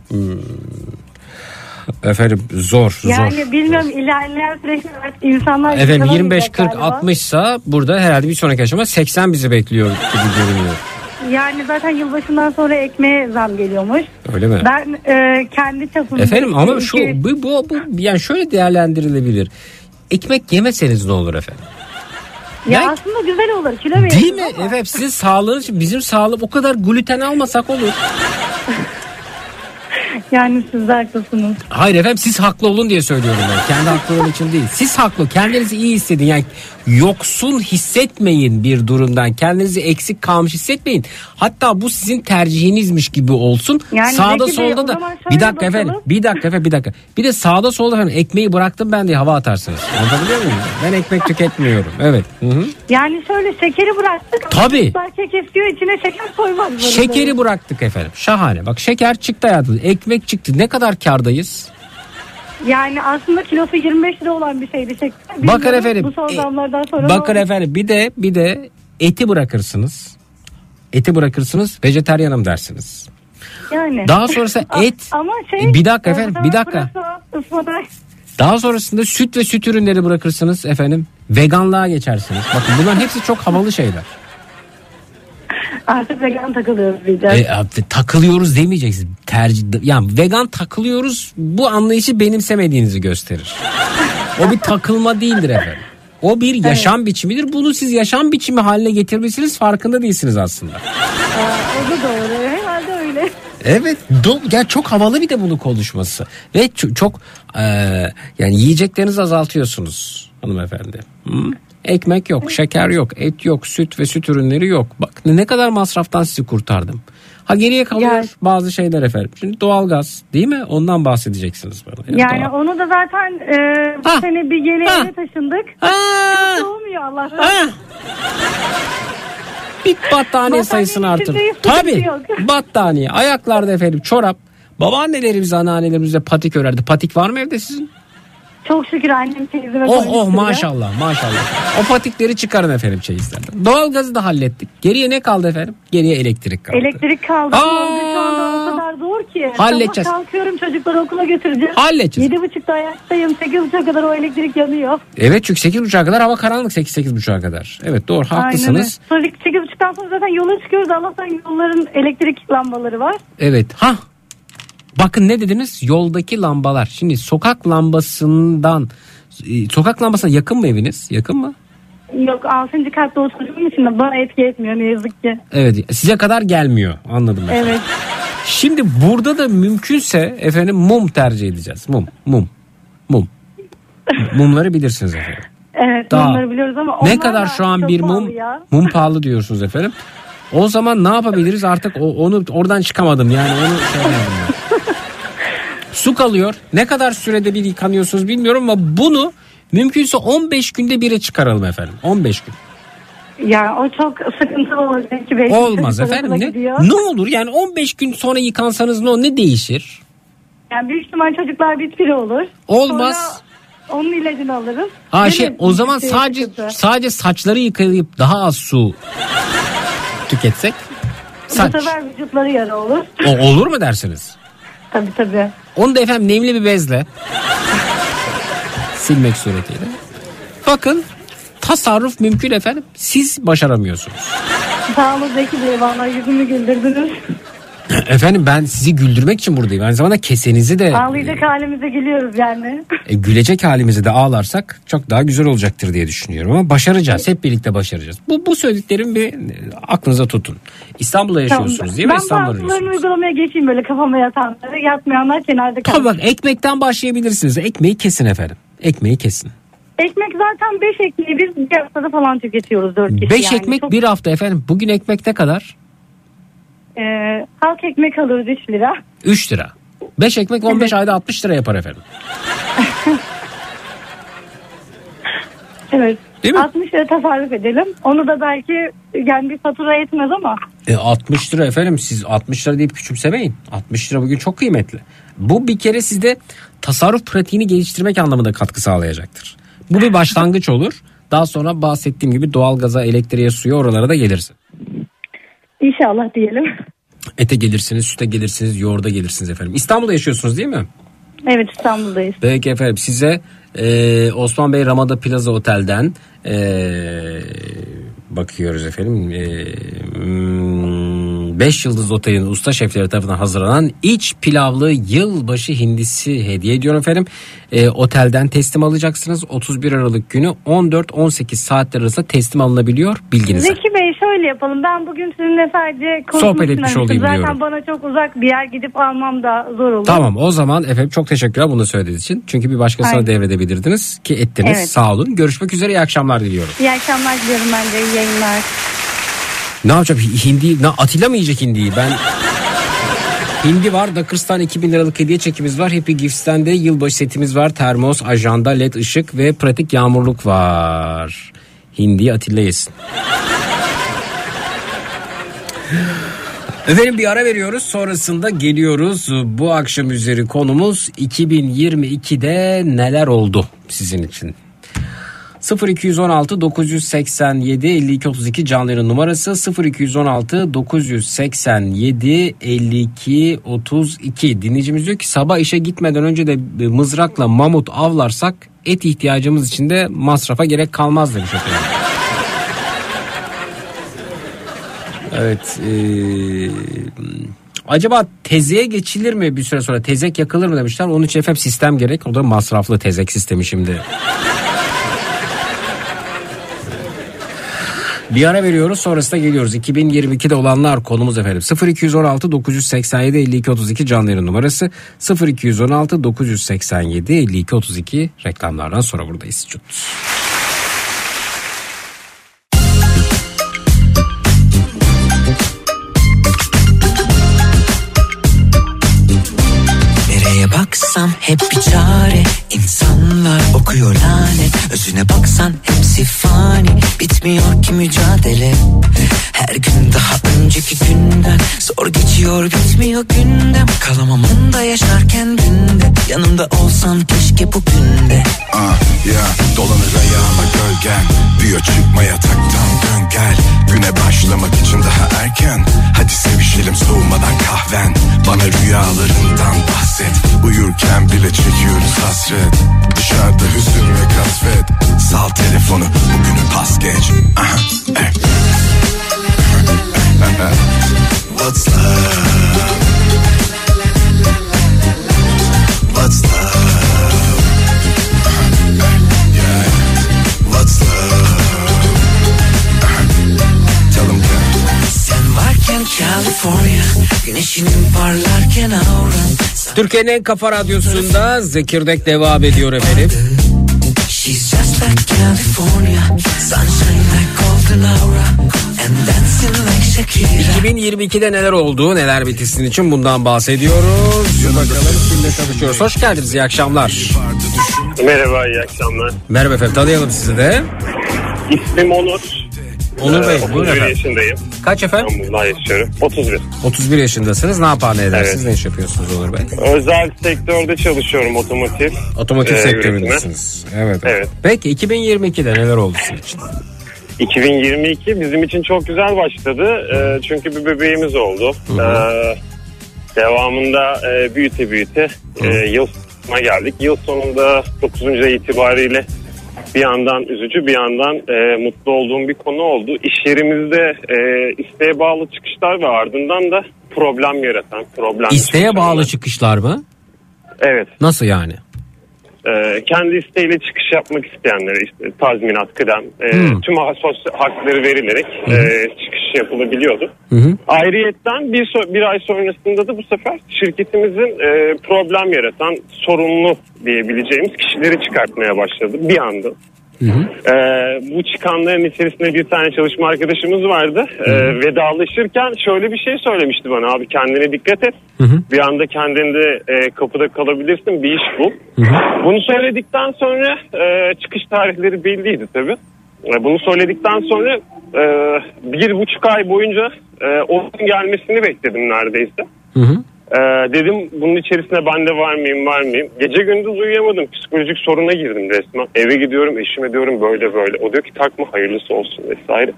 Efendim zor. Yani bilmiyorum, ilerleyen süreçte insanlar... Efendim yaşanamayacak 25, 40, galiba. 60 ise burada herhalde bir sonraki aşama 80 bizi bekliyor gibi görünüyor. Yani zaten yılbaşından sonra ekmeğe zam geliyormuş. Öyle mi? Ben kendi çapımda... Efendim ama şu bu yani şöyle değerlendirilebilir. Ekmek yemeseniz ne olur efendim? Ya Ya- aslında güzel olur, kilo veririz. Değil mi? Evet, sizin sağlığınız için bizim sağlık o kadar gluten almasak olur. Yani siz de haklısınız. Hayır efendim, siz haklı olun diye söylüyorum ben. Kendi haklılığım için değil. Siz haklı. Kendinizi iyi hissedin. Yani yoksun hissetmeyin bir durumdan. Kendinizi eksik kalmış hissetmeyin. Hatta bu sizin tercihinizmiş gibi olsun. Yani sağda Zeki Bey, solda o da zaman şöyle bir dakika bakalım. efendim. Bir dakika. Bir de sağda solda efendim ekmeği bıraktım ben diye hava atarsınız. Anlatabiliyor muyum? Ben ekmek tüketmiyorum. Evet. Hı. Yani şöyle şekeri bıraktık. Tabii. Belki kesiyor, içine şeker koymaz. zorunda. Şekeri bıraktık efendim. Şahane. Bak şeker çıktı hayatımızda. Ekmek çıktı. Ne kadar kârdayız? Yani aslında kilosu 25 lira olan bir şeydi şeker. Bakın Bilmiyorum, efendim. Bu son zamlardan sonra... Bakın ne oldu? efendim bir de eti bırakırsınız. Eti bırakırsınız, vejetaryenim dersiniz. Yani. Daha sonrası et. Ama şey... Bir dakika efendim, bir dakika. Ispanak. Daha sonrasında süt ve süt ürünleri bırakırsınız efendim. Veganlığa geçersiniz. Bakın bunların hepsi çok havalı şeyler. Artık vegan takılıyoruz diyeceğiz. Takılıyoruz demeyeceksiniz. Yani vegan takılıyoruz, bu anlayışı benimsemediğinizi gösterir. O bir takılma değildir efendim. O bir yaşam biçimidir. Bunu siz yaşam biçimi haline getirmişsiniz, farkında değilsiniz aslında. O da doğru. Herhalde öyle. Evet, ya çok havalı bir de bunu konuşması ve çok yani yiyeceklerinizi azaltıyorsunuz hanımefendi. Ekmek yok, şeker yok, et yok, süt ve süt ürünleri yok. Bak ne kadar masraftan sizi kurtardım. Ha geriye kalıyor Yani- bazı şeyler efendim. Şimdi doğalgaz değil mi? Ondan bahsedeceksiniz bana. Yani onu da zaten bu Ha. sene bir yeni Ha. eve taşındık. Ha. Çok olmuyor Allah'tan. Ha. Bir battaniye sayısını artır. içindeyiz, sıkıntı Tabii. yok. Battaniye, ayaklarda efendim çorap. Babaannelerimiz, anneannelerimiz de patik örerdi. Patik var mı evde sizin? Çok şükür annem teyzeme Oh koymuştur ya. maşallah. O patikleri çıkarın efendim çeyizlerden. Doğalgazı da hallettik. Geriye ne kaldı efendim? Geriye elektrik kaldı. Elektrik kaldı. Aa! Ama şu anda o kadar zor ki. Halledeceğiz. Sabah kalkıyorum, çocukları okula götüreceğim. Halledeceğiz. 7.30'da ayaktayım. 8.30'a kadar o elektrik yanıyor. Evet, çünkü 8.30'a kadar hava karanlık, 8-8.30'a kadar. Evet doğru, haklısınız. Aynen öyle. Sonra 8.30'dan sonra zaten yola çıkıyoruz. Allah'tan yolların elektrik lambaları var. Evet. Bakın ne dediniz? Yoldaki lambalar. Şimdi sokak lambasına yakın mı eviniz? Yakın mı? Yok, 6. katta oturduğum için de bana etki etmiyor ne yazık ki. Evet, size kadar gelmiyor. Anladım ben. Evet. Şimdi burada da mümkünse efendim mum tercih edeceğiz. Mum. Mumları bilirsiniz efendim. Evet, Daha- bunları biliyoruz ama Ne onlar kadar da şu an çok bir pahalı mum? ya. Mum pahalı diyorsunuz efendim. O zaman ne yapabiliriz artık onu oradan çıkamadım yani onu şey yapamadım ben. Su kalıyor. Ne kadar sürede bir yıkanıyorsunuz bilmiyorum ama bunu mümkünse 15 günde bire çıkaralım efendim. 15 gün. Yani o çok sıkıntılı olur. Belki beş Olmaz çocuk efendim arasına ne? gidiyor. Ne olur yani 15 gün sonra yıkansanız ne değişir? Yani büyük ihtimal çocuklar bitpiri olur. Olmaz. Sonra onun ilacını alırız. Ha Yine o zaman bir sıkıntı. sadece saçları yıkayıp daha az su tüketsek saç. Bu sefer vücutları yara olur. Olur mu dersiniz? Tabii. Onu da efendim nemli bir bezle silmek suretiyle. Bakın tasarruf mümkün efendim. Siz başaramıyorsunuz. Sağ olun Zeki Bey. Vallahi yüzümü güldürdünüz. Efendim ben sizi güldürmek için buradayım. Aynı zamanda kesenizi de Ağlayacak halimize gülüyoruz yani. gülecek halimizi de ağlarsak çok daha güzel olacaktır diye düşünüyorum. Ama başaracağız. Hep birlikte başaracağız. Bu söylediklerimi bir aklınıza tutun. İstanbul'da yaşıyorsunuz değil mi? Ben İstanbul'da bazılarını yaşıyorsunuz. uygulamaya geçeyim böyle kafama yatanları. Yatmayanlar kenarda kalır. Tabii bak ekmekten başlayabilirsiniz. Ekmeği kesin efendim. Ekmeği kesin. Ekmek zaten 5 ekmeği biz bir haftada falan tüketiyoruz 4 kişi. 5 yani. ekmek Çok, bir hafta efendim. Bugün ekmek ne kadar? Halk ekmek alıyoruz 3 lira. 3 lira. 5 ekmek 15 ayda 60 lira yapar efendim. Evet. Değil mi? 60 lira tasarruf edelim. Onu da belki yani bir fatura etmez ama. 60 lira efendim siz 60 lira deyip küçümsemeyin. 60 lira bugün çok kıymetli. Bu bir kere sizde tasarruf pratiğini geliştirmek anlamında katkı sağlayacaktır. Bu bir başlangıç olur. Daha sonra bahsettiğim gibi doğalgaza, elektriğe, suya oralara da gelirsin. İnşallah diyelim. Ete gelirsiniz, süte gelirsiniz, yoğurda gelirsiniz efendim. İstanbul'da yaşıyorsunuz değil mi? Evet, İstanbul'dayız. Peki efendim size Osman Bey Ramada Plaza Otel'den bakıyoruz efendim. 5 yıldız otelin usta şefleri tarafından hazırlanan iç pilavlı yılbaşı hindisi hediye ediyorum efendim. Otelden teslim alacaksınız. 31 Aralık günü 14-18 saatler arasında teslim alınabiliyor, bilginize. Zeki Bey şöyle yapalım. Ben bugün sizinle sadece Sohbet etmiş olayım zaten diyorum. bana çok uzak bir yer gidip almam da zor olur. Tamam o zaman efendim çok teşekkürler bunu söylediğiniz için. Çünkü bir başkasına Aynen. devredebilirdiniz ki ettiniz. Evet. Sağ olun. Görüşmek üzere, iyi akşamlar diliyorum. İyi akşamlar diliyorum ben de. İyi yayınlar. Ne yapacağım hindi? Atilla mı yiyecek hindiyi? Ben hindi var. Dakırstan 2000 liralık hediye çekimiz var. Happy Gifts'ten de yılbaşı setimiz var. Termos, ajanda, led ışık ve pratik yağmurluk var. Hindiyi Atilla yesin. Efendim bir ara veriyoruz. Sonrasında geliyoruz. Bu akşam üzeri konumuz 2022'de neler oldu sizin için? 0216 987 52 32 canlı yayın numarası 0216 987 52 32. Dinleyicimiz diyor ki sabah işe gitmeden önce de mızrakla mamut avlarsak et ihtiyacımız için de masrafa gerek kalmaz demiş efendim. Evet. Acaba tezeye geçilir mi bir süre sonra? Tezek yakılır mı demişler. Onun için efendim sistem gerek. O da masraflı tezek sistemi şimdi. Bir ara veriyoruz, sonrasında geliyoruz. 2022'de olanlar konumuz efendim. 0216 987 52 32 canlı yayın numarası 0216 987 52 32 reklamlardan sonra buradayız. Nereye baksam hep bir çare, insanlar okuyor lanet. Özüne baksan hepsi fani, bitmiyor ki mücadele. Her gün daha önceki günden, zor geçiyor bitmiyor gündem. Kalamam onda yaşarken günde, yanımda olsan keşke bugün de. Dolanır ayağıma gölgen, büyüyor çıkma yataktan dön gel. Güne başlamak için daha erken, hadi sevişelim soğumadan kahven. Bana rüyalarından bahset, uyurken bile çekiyoruz hasret. Dışarıda hüzün ve kasvet, sal telefonu bugünü pas geç. What's love? What's love? Yeah. What's love? Tell them Sen varken California, güneşinin parlarken auran. Türkiye'nin en kafa radyosunda Zekirdek devam ediyor efendim. like California, sunshine like golden aura, and dancing like Shakira. 2022'de neler oldu, neler bitti sizin için, bundan bahsediyoruz. Bakalım kimle tanışıyoruz. Hoş geldiniz, iyi akşamlar. Merhaba, iyi akşamlar. Merhaba efendim, tanıyalım sizi de. İsmim Onur. Onur Bey, buyurun 31 efendim. yaşındayım. Kaç efendim? İstanbul'da yaşıyorum. 31. 31 yaşındasınız. Ne yapar ne edersiniz? Evet. Ne iş yapıyorsunuz Onur Bey? Özel sektörde çalışıyorum, otomotiv. Otomotiv üretimi. sektöründesiniz. Evet. Evet. Peki 2022'de neler oldu sizin için? 2022 bizim için çok güzel başladı. Çünkü bir bebeğimiz oldu. Devamında büyüte yıl sonuna geldik. Yıl sonunda 9. ay itibariyle bir yandan üzücü, bir yandan mutlu olduğum bir konu oldu. İş yerimizde isteğe bağlı çıkışlar ve ardından da problem yaratan. İsteğe bağlı çıkışlar mı? Evet. Nasıl yani? Kendi isteğiyle çıkış yapmak isteyenlere işte tazminat, kıdem, tüm sosyal hakları verilerek çıkış yapılabiliyordu. Ayrıyetten bir ay sonrasında da bu sefer şirketimizin problem yaratan, sorunlu diyebileceğimiz kişileri çıkartmaya başladı bir anda. Bu çıkanların içerisinde bir tane çalışma arkadaşımız vardı. Vedalaşırken şöyle bir şey söylemişti bana: abi kendine dikkat et. Bir anda kendinde kapıda kalabilirsin, bir iş bul. Bunu söyledikten sonra çıkış tarihleri belliydi tabii. Bunu söyledikten sonra 1,5 ay boyunca onun gelmesini bekledim neredeyse. Dedim bunun içerisinde ben de var mıyım? Gece gündüz uyuyamadım. Psikolojik soruna girdim resmen. Eve gidiyorum, eşime diyorum böyle. O diyor ki takma, hayırlısı olsun vesaire.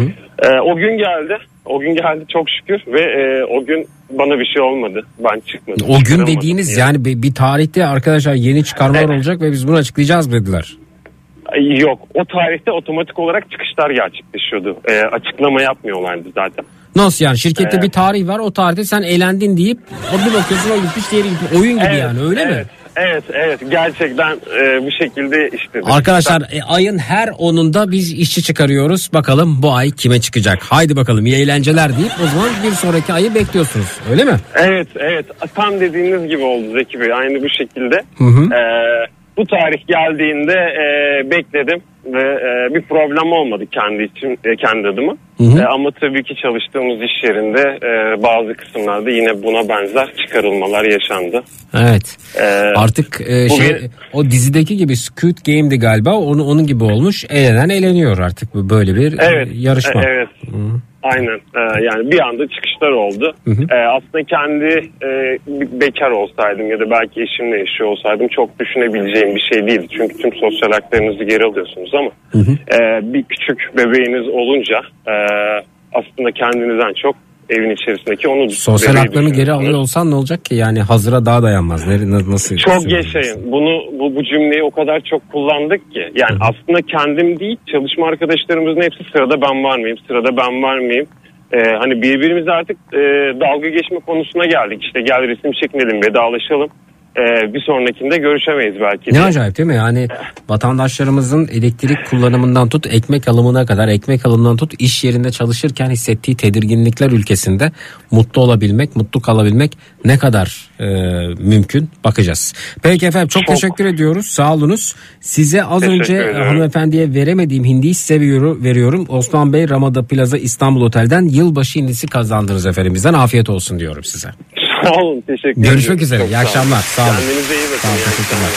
O gün geldi. O gün geldi çok şükür ve o gün bana bir şey olmadı. Ben çıkmadım. O gün dediğiniz yani bir tarihte arkadaşlar yeni çıkarmalar olacak ve biz bunu açıklayacağız dediler. Yok, o tarihte otomatik olarak çıkışlar gerçekleşiyordu. Açıklama yapmıyorlardı zaten. Nasıl yani? Şirkette bir tarih var, o tarihte sen eğlendin deyip o bir bakıyorsun o gitmiş, diğeri gitmiş. Oyun gibi yani, öyle mi? Evet gerçekten bu şekilde işte. Arkadaşlar ayın her 10'unda biz işçi çıkarıyoruz. Bakalım bu ay kime çıkacak? Haydi bakalım, iyi eğlenceler deyip o zaman bir sonraki ayı bekliyorsunuz, öyle mi? Evet tam dediğiniz gibi oldu Zeki Bey, aynı bu şekilde. Bu tarih geldiğinde bekledim ve bir problem olmadı kendi adıma. Ama tabii ki çalıştığımız iş yerinde bazı kısımlarda yine buna benzer çıkarılmalar yaşandı. Evet. Artık o dizideki gibi Squid Game'di galiba, onun gibi olmuş. Eğleniyor artık, böyle bir yarışma. Evet. Aynen. Yani bir anda çıkışlar oldu. Aslında kendi bekar olsaydım ya da belki eşimle yaşıyor olsaydım çok düşünebileceğim bir şey değildi. Çünkü tüm sosyal haklarınızı geri alıyorsunuz ama bir küçük bebeğiniz olunca aslında kendinizden çok evin içerisindeki onu sosyal haklarını geri alıyor olsan ne olacak ki? Yani hazıra daha dayanmaz. Nasıl? Çok yaşayın. Bu cümleyi o kadar çok kullandık ki. Yani aslında kendim değil, çalışma arkadaşlarımızın hepsi sırada ben var mıyım? Hani birbirimize artık dalga geçme konusuna geldik. İşte gel resim çekinelim, vedalaşalım. Bir sonrakinde görüşemeyiz belki. Ne acayip değil mi? Yani vatandaşlarımızın elektrik kullanımından tut ekmek alımına kadar, ekmek alımından tut iş yerinde çalışırken hissettiği tedirginlikler ülkesinde mutlu olabilmek, mutlu kalabilmek ne kadar mümkün, bakacağız. Peki efendim, çok teşekkür ediyoruz. Sağ olunuz. Size az önce hanımefendiye veremediğim hindiyi size veriyorum. Osman Bey Ramada Plaza İstanbul Otel'den yılbaşı hindisi kazandınız efendim. Bizden afiyet olsun diyorum size. Sağ olun, teşekkür ederim. Görüşmek üzere. İyi akşamlar. Sağ olun. Kendinize iyi bakın. Sağ olun, teşekkürler.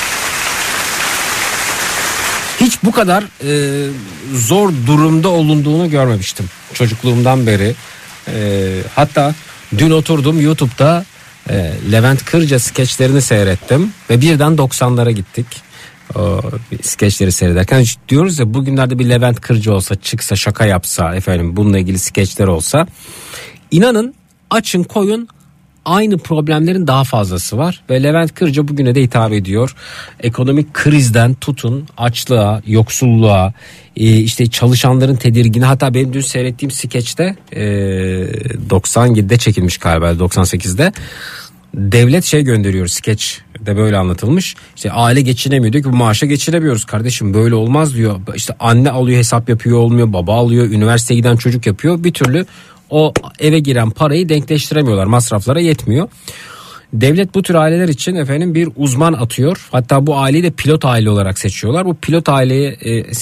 Hiç bu kadar zor durumda olunduğunu görmemiştim çocukluğumdan beri. Hatta dün oturdum YouTube'da Levent Kırca skeçlerini seyrettim ve birden 90'lara gittik. O skeçleri seyrederken diyoruz ya, bugünlerde bir Levent Kırca olsa, çıksa, şaka yapsa, efendim bununla ilgili skeçler olsa, inanın açın koyun aynı problemlerin daha fazlası var ve Levent Kırca bugüne de hitap ediyor. Ekonomik krizden tutun açlığa, yoksulluğa, işte çalışanların tedirgini, hatta benim dün seyrettiğim skeçte 97'de çekilmiş galiba, 98'de devlet gönderiyor, skeç de böyle anlatılmış. İşte aile geçinemiyor, diyor ki bu maaşa geçinemiyoruz kardeşim, böyle olmaz diyor. İşte anne alıyor, hesap yapıyor olmuyor, baba alıyor, üniversiteye giden çocuk yapıyor, bir türlü o eve giren parayı denkleştiremiyorlar, masraflara yetmiyor. Devlet bu tür aileler için efendim bir uzman atıyor. Hatta bu aileyi de pilot aile olarak seçiyorlar. Bu pilot aileye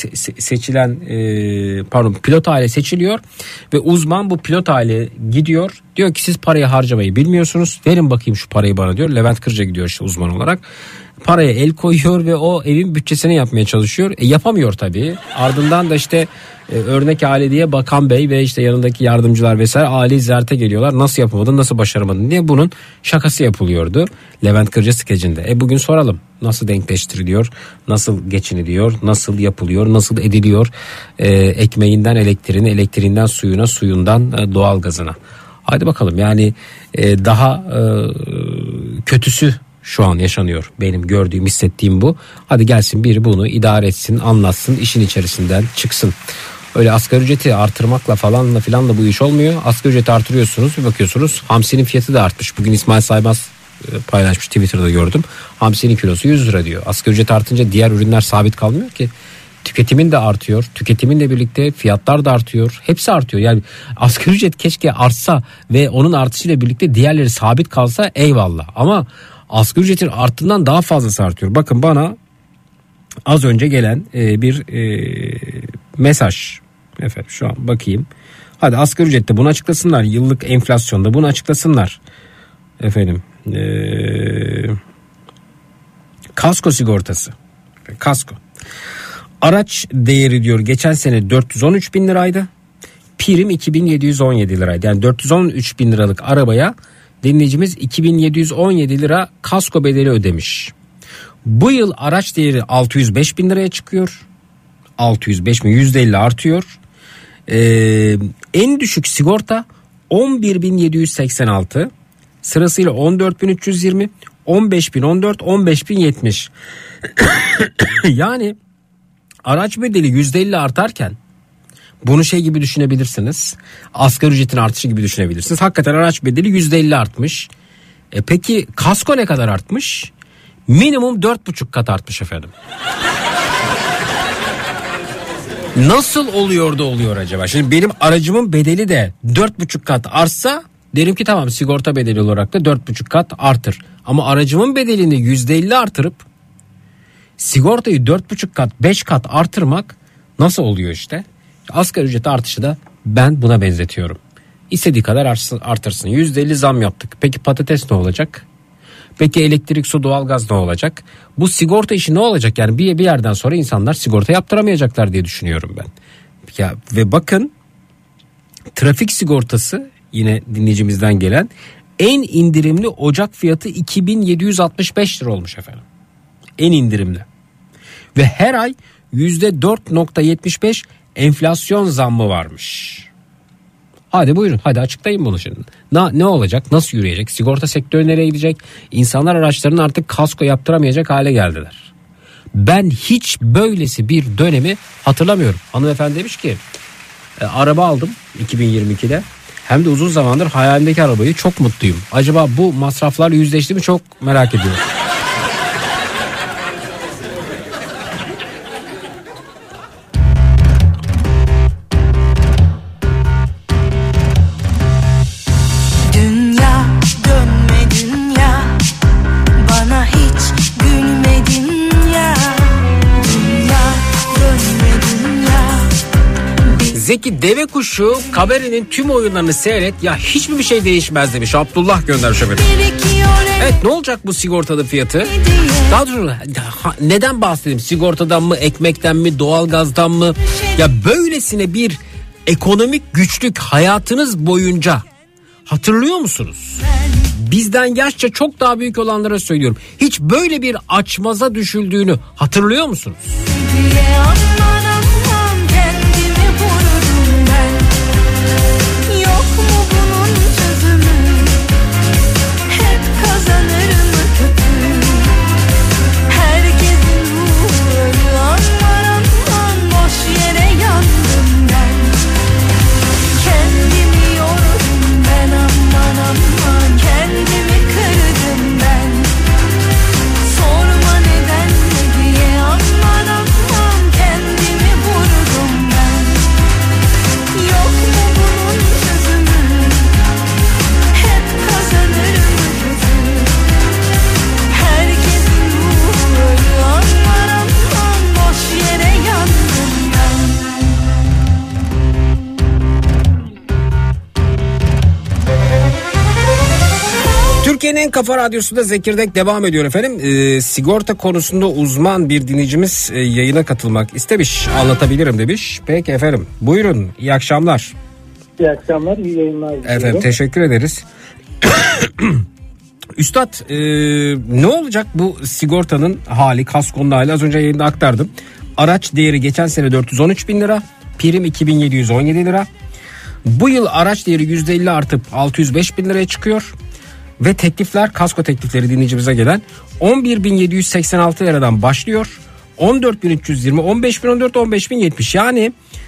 pilot aile seçiliyor ve uzman bu pilot aile gidiyor. Diyor ki siz parayı harcamayı bilmiyorsunuz. Verin bakayım şu parayı bana diyor. Levent Kırca gidiyor işte uzman olarak. Paraya el koyuyor ve o evin bütçesini yapmaya çalışıyor. Yapamıyor tabii. Ardından da işte örnek aile diye bakan bey ve işte yanındaki yardımcılar vesaire aileyi ziyarete geliyorlar. Nasıl yapamadın, nasıl başaramadın diye bunun şakası yapılıyordu Levent Kırca skecinde. Bugün soralım nasıl denkleştiriliyor, nasıl geçiniliyor, nasıl yapılıyor, nasıl ediliyor ekmeğinden elektriğine, elektriğinden suyuna, suyundan doğalgazına. Hadi bakalım yani daha kötüsü şu an yaşanıyor. Benim gördüğüm, hissettiğim bu. Hadi gelsin biri bunu idare etsin, anlatsın, işin içerisinden çıksın. Öyle asgari ücreti artırmakla falanla filanla bu iş olmuyor. Asgari ücreti artırıyorsunuz, bir bakıyorsunuz hamsinin fiyatı da artmış. Bugün İsmail Saymaz paylaşmış, Twitter'da gördüm. Hamsinin kilosu 100 lira diyor. Asgari ücret artınca diğer ürünler sabit kalmıyor ki. Tüketimin de artıyor. Tüketiminle birlikte fiyatlar da artıyor. Hepsi artıyor. Yani asgari ücret keşke artsa ve onun artışıyla birlikte diğerleri sabit kalsa eyvallah. Ama asgari ücretin arttığından daha fazlası artıyor. Bakın bana az önce gelen bir mesaj. Efendim şu an bakayım. Hadi asgari ücrette bunu açıklasınlar. Yıllık enflasyonda bunu açıklasınlar. Efendim kasko sigortası. Kasko. Araç değeri diyor geçen sene 413 bin liraydı. Prim 2717 liraydı. Yani 413 bin liralık arabaya dinleyicimiz 2717 lira kasko bedeli ödemiş. Bu yıl araç değeri 605 bin liraya çıkıyor. 605 bin, %50 artıyor. En düşük sigorta 11.786, sırasıyla 14.320, 15.014, 15.070. Yani araç bedeli %50 artarken bunu şey gibi düşünebilirsiniz. Asgari ücretin artışı gibi düşünebilirsiniz. Hakikaten araç bedeli %50 artmış. Peki kasko ne kadar artmış? Minimum 4,5 kat artmış efendim. Nasıl oluyor da oluyor acaba? Şimdi benim aracımın bedeli de 4,5 kat artsa derim ki tamam, sigorta bedeli olarak da 4,5 kat artır. Ama aracımın bedelini %50 artırıp sigortayı 4,5 kat 5 kat artırmak nasıl oluyor işte? Asgari ücret artışı da ben buna benzetiyorum. İstediği kadar artırsın. %50 zam yaptık. Peki patates ne olacak? Peki elektrik, su, doğalgaz ne olacak? Bu sigorta işi ne olacak? Yani bir yerden sonra insanlar sigorta yaptıramayacaklar diye düşünüyorum ben. Ya, ve bakın trafik sigortası yine dinleyicimizden gelen en indirimli Ocak fiyatı 2765 lira olmuş efendim. En indirimli. Ve her ay %4,75 enflasyon zammı varmış. Hadi buyurun, hadi açıklayın bunu şimdi. Ne olacak? Nasıl yürüyecek? Sigorta sektörü nereye gidecek? İnsanlar araçlarını artık kasko yaptıramayacak hale geldiler. Ben hiç böylesi bir dönemi hatırlamıyorum. Hanımefendi demiş ki araba aldım 2022'de. Hem de uzun zamandır hayalimdeki arabayı, çok mutluyum. Acaba bu masraflarla yüzleşti mi, çok merak ediyorum. Zeki Devekuşu Kabere'nin tüm oyunlarını seyret, ya hiçbir şey değişmez demiş. Abdullah göndermiş efendim. Evet, ne olacak bu sigortalı fiyatı? Daha sonra neden bahsedeyim? Sigortadan mı, ekmekten mi, doğalgazdan mı? Ya böylesine bir ekonomik güçlük hayatınız boyunca hatırlıyor musunuz? Bizden yaşça çok daha büyük olanlara söylüyorum. Hiç böyle bir açmaza düşüldüğünü hatırlıyor musunuz? Türkiye'nin Kafa Radyosu'nda Zekirdek devam ediyor efendim. Sigorta konusunda uzman bir dinleyicimiz yayına katılmak istemiş. Anlatabilirim demiş. Peki efendim. Buyurun. İyi akşamlar. İyi akşamlar. İyi yayınlar. Efendim teşekkür ederiz. Üstad ne olacak bu sigortanın hali, kaskonun hali? Az önce yayında aktardım. Araç değeri geçen sene 413 bin lira. Prim 2717 lira. Bu yıl araç değeri %50 artıp 605 bin liraya çıkıyor. Ve teklifler, kasko teklifleri dinleyicimize gelen 11.786 liradan başlıyor. 14.320, 15.014, 15.070 yani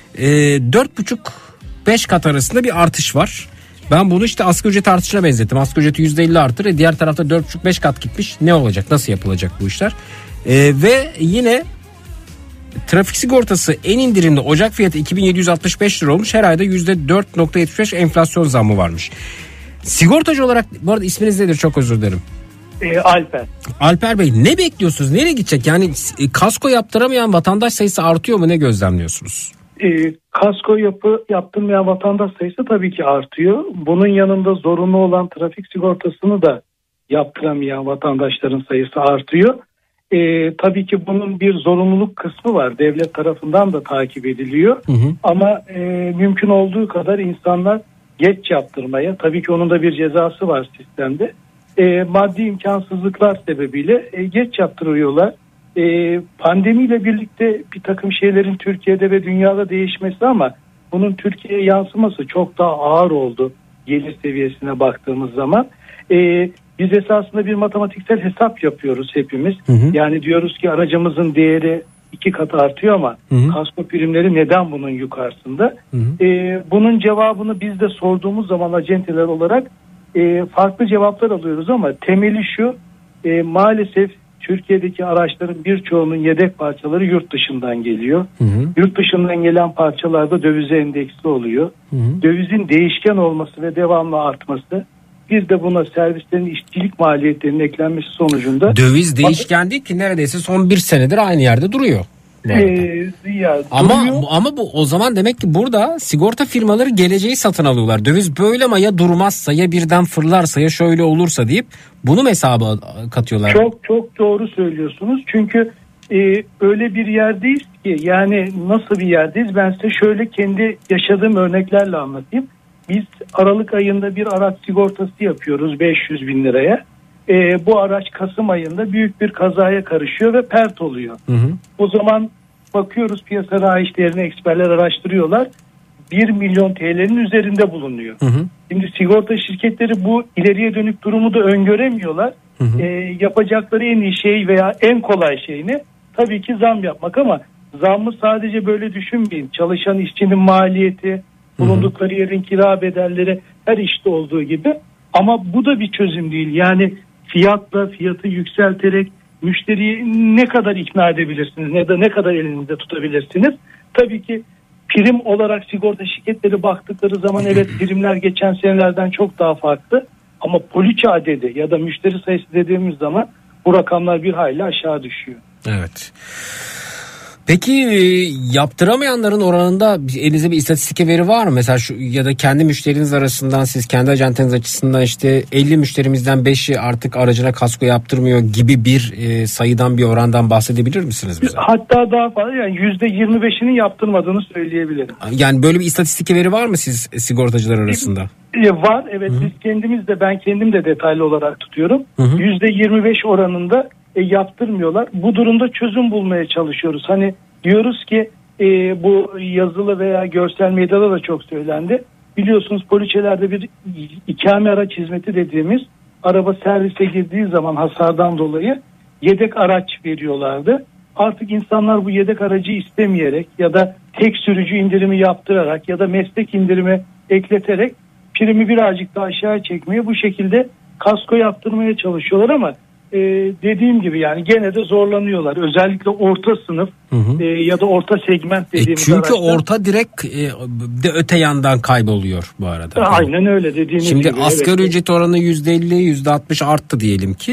4,5-5 kat arasında bir artış var. Ben bunu işte asgari ücret artışına benzettim. Asgari ücreti %50 artır. Diğer tarafta 4,5-5 kat gitmiş. Ne olacak? Nasıl yapılacak bu işler? Ve yine trafik sigortası en indirimli Ocak fiyatı 2765 lira olmuş. Her ayda %4,75 enflasyon zammı varmış. Sigortacı olarak, bu arada isminiz nedir? Çok özür dilerim. Alper. Alper Bey, ne bekliyorsunuz? Nereye gidecek? Yani kasko yaptıramayan vatandaş sayısı artıyor mu? Ne gözlemliyorsunuz? Kasko yaptırmayan vatandaş sayısı tabii ki artıyor. Bunun yanında zorunlu olan trafik sigortasını da yaptıramayan vatandaşların sayısı artıyor. Tabii ki bunun bir zorunluluk kısmı var. Devlet tarafından da takip ediliyor. Ama mümkün olduğu kadar insanlar geç yaptırmaya, tabii ki onun da bir cezası var sistemde. Maddi imkansızlıklar sebebiyle geç yaptırıyorlar. Pandemiyle birlikte bir takım şeylerin Türkiye'de ve dünyada değişmesi ama bunun Türkiye'ye yansıması çok daha ağır oldu gelir seviyesine baktığımız zaman. Biz esasında bir matematiksel hesap yapıyoruz hepimiz. Yani diyoruz ki aracımızın değeri 2 kat artıyor ama kasko primleri neden bunun yukarısında? Bunun cevabını biz de sorduğumuz zaman acenteler olarak farklı cevaplar alıyoruz ama temeli şu: maalesef Türkiye'deki araçların birçoğunun yedek parçaları yurt dışından geliyor. Yurt dışından gelen parçalarda dövize endeksli oluyor. Dövizin değişken olması ve devamlı artması, bir de buna servislerin işçilik maliyetlerinin eklenmesi sonucunda... Döviz değişken değil ki, neredeyse son bir senedir aynı yerde duruyor. Ama bu o zaman demek ki burada sigorta firmaları geleceği satın alıyorlar. Döviz böyle ama ya durmazsa, ya birden fırlarsa, ya şöyle olursa deyip bunu mu hesaba katıyorlar? Çok doğru söylüyorsunuz. Çünkü öyle bir yerdeyiz ki, yani nasıl bir yerdeyiz? Ben size şöyle kendi yaşadığım örneklerle anlatayım. Biz Aralık ayında bir araç sigortası yapıyoruz 500 bin liraya. Bu araç Kasım ayında büyük bir kazaya karışıyor ve pert oluyor. O zaman bakıyoruz piyasa raiçlerini, eksperler araştırıyorlar. 1 milyon TL'nin üzerinde bulunuyor. Şimdi sigorta şirketleri bu ileriye dönük durumu da öngöremiyorlar. Yapacakları en iyi şey veya en kolay şey ne? Tabii ki zam yapmak, ama zammı sadece böyle düşünmeyin. Çalışan işçinin maliyeti, bulundukları yerin kira bedelleri, her işte olduğu gibi. Ama bu da bir çözüm değil. Yani fiyatı yükselterek müşteriyi ne kadar ikna edebilirsiniz, ne kadar elinizde tutabilirsiniz? Tabii ki prim olarak sigorta şirketleri baktıkları zaman evet, primler geçen senelerden çok daha farklı. Ama poliçe adedi ya da müşteri sayısı dediğimiz zaman bu rakamlar bir hayli aşağı düşüyor. Evet. Peki yaptıramayanların oranında elinizde bir istatistik veri var mı? Mesela ya da kendi müşteriniz arasından, siz kendi acenteniz açısından işte 50 müşterimizden 5'i artık aracına kasko yaptırmıyor gibi bir sayıdan, bir orandan bahsedebilir misiniz bize? Hatta daha fazla, yani %25'inin yaptırmadığını söyleyebilirim. Yani böyle bir istatistik veri var mı siz sigortacılar arasında? Var, evet. Biz ben kendim de detaylı olarak tutuyorum. %25 oranında yaptırmıyorlar. Bu durumda çözüm bulmaya çalışıyoruz. Hani diyoruz ki bu yazılı veya görsel medyada da çok söylendi. Biliyorsunuz poliçelerde bir ikame araç hizmeti dediğimiz, araba servise girdiği zaman hasardan dolayı yedek araç veriyorlardı. Artık insanlar bu yedek aracı istemeyerek ya da tek sürücü indirimi yaptırarak ya da meslek indirimi ekleterek primi birazcık daha aşağı çekmeye, bu şekilde kasko yaptırmaya çalışıyorlar ama dediğim gibi yani gene de zorlanıyorlar. Özellikle orta sınıf ya da orta segment dediğimiz çünkü araçlar. Orta direkt de öte yandan kayboluyor bu arada. Aynen öyle dediğiniz Şimdi gibi. Şimdi asgari ücret oranı %50, %60 arttı diyelim ki.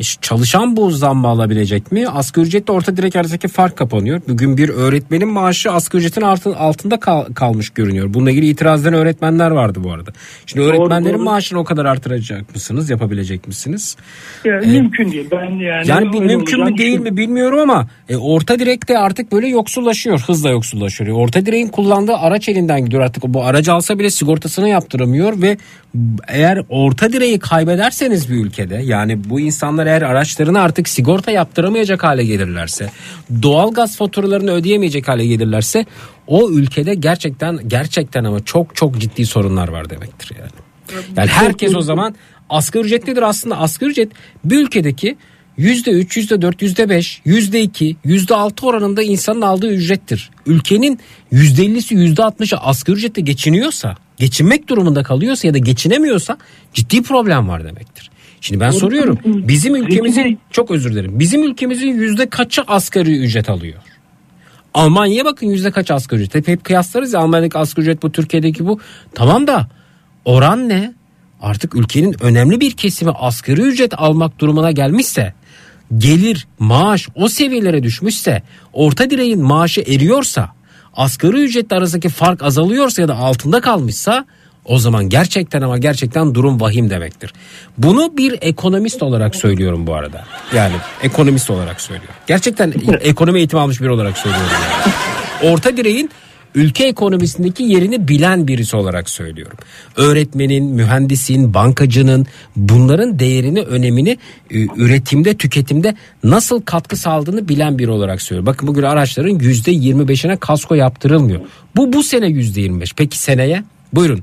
Çalışan bu zammı alabilecek mi? Asgari ücretle orta direk arasındaki fark kapanıyor. Bugün bir öğretmenin maaşı asgari ücretin altında kalmış görünüyor. Bununla ilgili itiraz eden öğretmenler vardı bu arada. Şimdi öğretmenlerin maaşını o kadar artıracak mısınız? Yapabilecek misiniz? Mümkün değil. Ben yani mümkün mü değil mi bilmiyorum ama orta direk de artık böyle yoksullaşıyor. Hızla yoksullaşıyor. Orta direğin kullandığı araç elinden gidiyor artık. Bu aracı alsa bile sigortasını yaptıramıyor ve eğer orta direği kaybederseniz bir ülkede, yani bu insanlar eğer araçlarını artık sigorta yaptıramayacak hale gelirlerse, doğalgaz faturalarını ödeyemeyecek hale gelirlerse, o ülkede gerçekten ama çok çok ciddi sorunlar var demektir yani. Yani herkes o zaman asgari ücretlidir aslında. Asgari ücret bir ülkedeki %3, %4, %5, %2, %6 oranında insanın aldığı ücrettir. Ülkenin %50'si %60'ı asgari ücretle geçiniyorsa, geçinmek durumunda kalıyorsa ya da geçinemiyorsa ciddi problem var demektir. Şimdi ben soruyorum, bizim ülkemizin, çok özür dilerim, bizim ülkemizin yüzde kaçı asgari ücret alıyor? Almanya'ya bakın, yüzde kaç asgari ücret? Hep kıyaslarız ya, Almanya'daki asgari ücret bu, Türkiye'deki bu. Tamam da oran ne? Artık ülkenin önemli bir kesimi asgari ücret almak durumuna gelmişse, gelir, maaş o seviyelere düşmüşse, orta direğin maaşı eriyorsa, asgari ücretle arasındaki fark azalıyorsa ya da altında kalmışsa, o zaman gerçekten durum vahim demektir. Bunu bir ekonomist olarak söylüyorum bu arada. Yani ekonomist olarak söylüyorum. Gerçekten ekonomi eğitimi almış biri olarak söylüyorum. Yani. Orta direğin ülke ekonomisindeki yerini bilen birisi olarak söylüyorum. Öğretmenin, mühendisin, bankacının, bunların değerini, önemini üretimde, tüketimde nasıl katkı sağladığını bilen biri olarak söylüyorum. Bakın bugün araçların %25'ine kasko yaptırılmıyor. Bu sene %25. Peki seneye? Buyurun.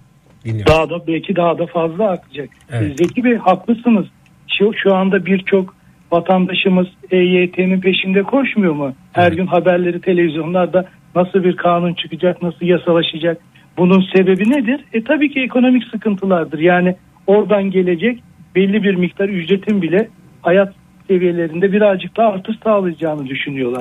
Belki daha da fazla artacak. Evet. Zeki Bey, haklısınız. Şu anda birçok vatandaşımız EYT'nin peşinde koşmuyor mu? Her gün haberleri televizyonlarda nasıl bir kanun çıkacak, nasıl yasalaşacak? Bunun sebebi nedir? Tabii ki ekonomik sıkıntılardır. Yani oradan gelecek belli bir miktar ücretin bile hayat seviyelerinde birazcık daha artış sağlayacağını düşünüyorlar.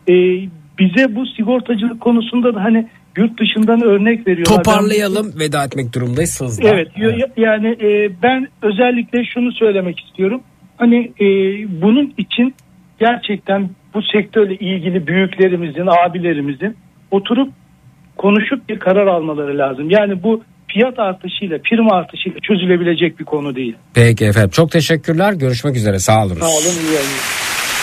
Bize bu sigortacılık konusunda da hani yurt dışından örnek veriyorlar. Toparlayalım, veda etmek durumundayız hızla. Evet. Yani ben özellikle şunu söylemek istiyorum. Hani bunun için gerçekten bu sektörle ilgili büyüklerimizin, abilerimizin oturup konuşup bir karar almaları lazım. Yani bu fiyat artışıyla, prim artışıyla çözülebilecek bir konu değil. Peki efendim, çok teşekkürler. Görüşmek üzere. Sağ olun. Sağ olun. İyi yayınlar.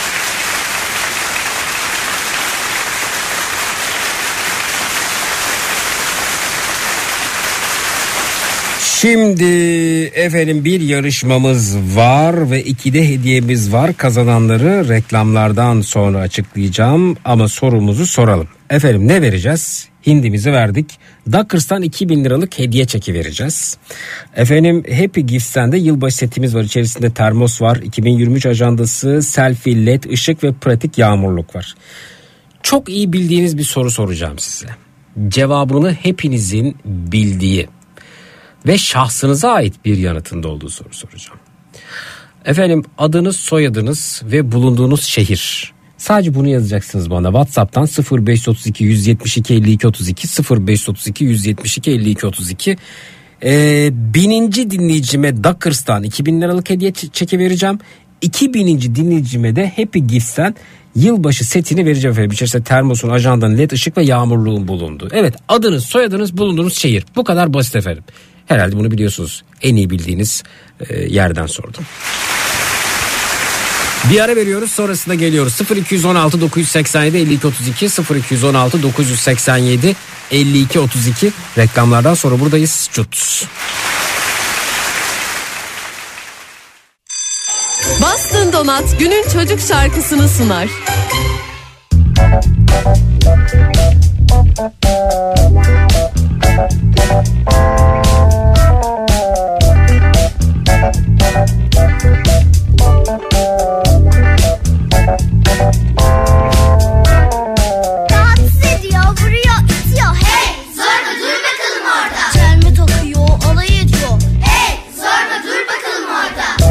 Şimdi efendim bir yarışmamız var ve 2 de hediyemiz var. Kazananları reklamlardan sonra açıklayacağım ama sorumuzu soralım. Efendim ne vereceğiz? Hindimizi verdik. Dockers'tan 2000 liralık hediye çeki vereceğiz. Efendim Happy Gifts'ten de yılbaşı setimiz var. İçerisinde termos var. 2023 ajandası, selfie, led ışık ve pratik yağmurluk var. Çok iyi bildiğiniz bir soru soracağım size. Cevabını hepinizin bildiği ve şahsınıza ait bir yanıtında olduğu soru soracağım. Efendim adınız, soyadınız ve bulunduğunuz şehir. Sadece bunu yazacaksınız bana. WhatsApp'tan 0532 172 52 32 0532 172 52 32. 1000. dinleyicime Dockers'tan 2000 liralık hediye çeki vereceğim. 2000. dinleyicime de Happy Gifts'ten yılbaşı setini vereceğim efendim. İçerisinde termosun, ajandanın, led ışık ve yağmurluğun bulunduğu. Evet, adınız, soyadınız, bulunduğunuz şehir. Bu kadar basit efendim. Herhalde bunu biliyorsunuz. En iyi bildiğiniz yerden sordum. Bir ara veriyoruz, sonrasında geliyoruz. 0216 987 52 32 0216 987 52 32 reklamlardan sonra buradayız. Cuts. Boston Donat günün çocuk şarkısını sunar. Rahatsız ediyor, vuruyor, itiyor. Hey, zorba dur bakalım orada. Çelme takıyor, alay ediyor. Hey, zorba dur bakalım orada.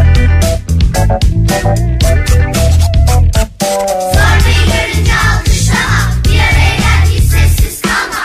Zorbayı görünce alkışlama. Bir araya gel, hiç sessiz kalma.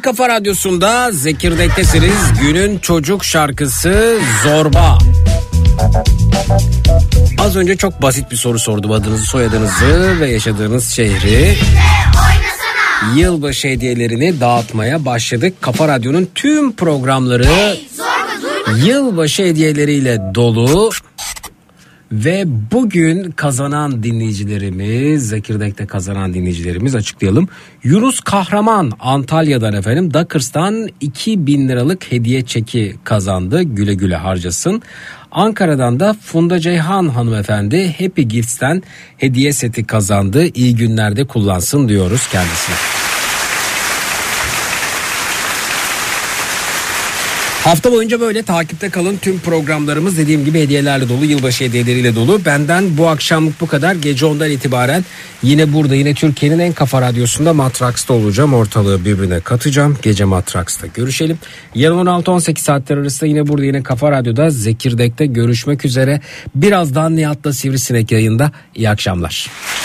Kafa Radyosu'nda Zekirdek'tesiniz. Günün çocuk şarkısı Zorba. Az önce çok basit bir soru sordum. Adınızı, soyadınızı ve yaşadığınız şehri. Yılbaşı hediyelerini dağıtmaya başladık. Kafa Radyo'nun tüm programları yılbaşı hediyeleriyle dolu. Ve bugün kazanan dinleyicilerimiz, Zekirdek'te kazanan dinleyicilerimiz, açıklayalım. Yunus Kahraman Antalya'dan efendim Dockers'tan 2000 liralık hediye çeki kazandı. Güle güle harcasın. Ankara'dan da Funda Ceyhan hanımefendi Happy Gifts'ten hediye seti kazandı. İyi günlerde kullansın diyoruz kendisine. Hafta boyunca böyle takipte kalın. Tüm programlarımız dediğim gibi hediyelerle dolu, yılbaşı hediyeleriyle dolu. Benden bu akşamlık bu kadar. Gece 10'dan itibaren yine burada, yine Türkiye'nin en kafa radyosunda Matraks'ta olacağım. Ortalığı birbirine katacağım. Gece Matraks'ta görüşelim. Yarın 16-18 saatler arasında yine burada, yine Kafa Radyo'da Zekirdek'te görüşmek üzere. Birazdan Nihat'la Sivrisinek yayında. İyi akşamlar.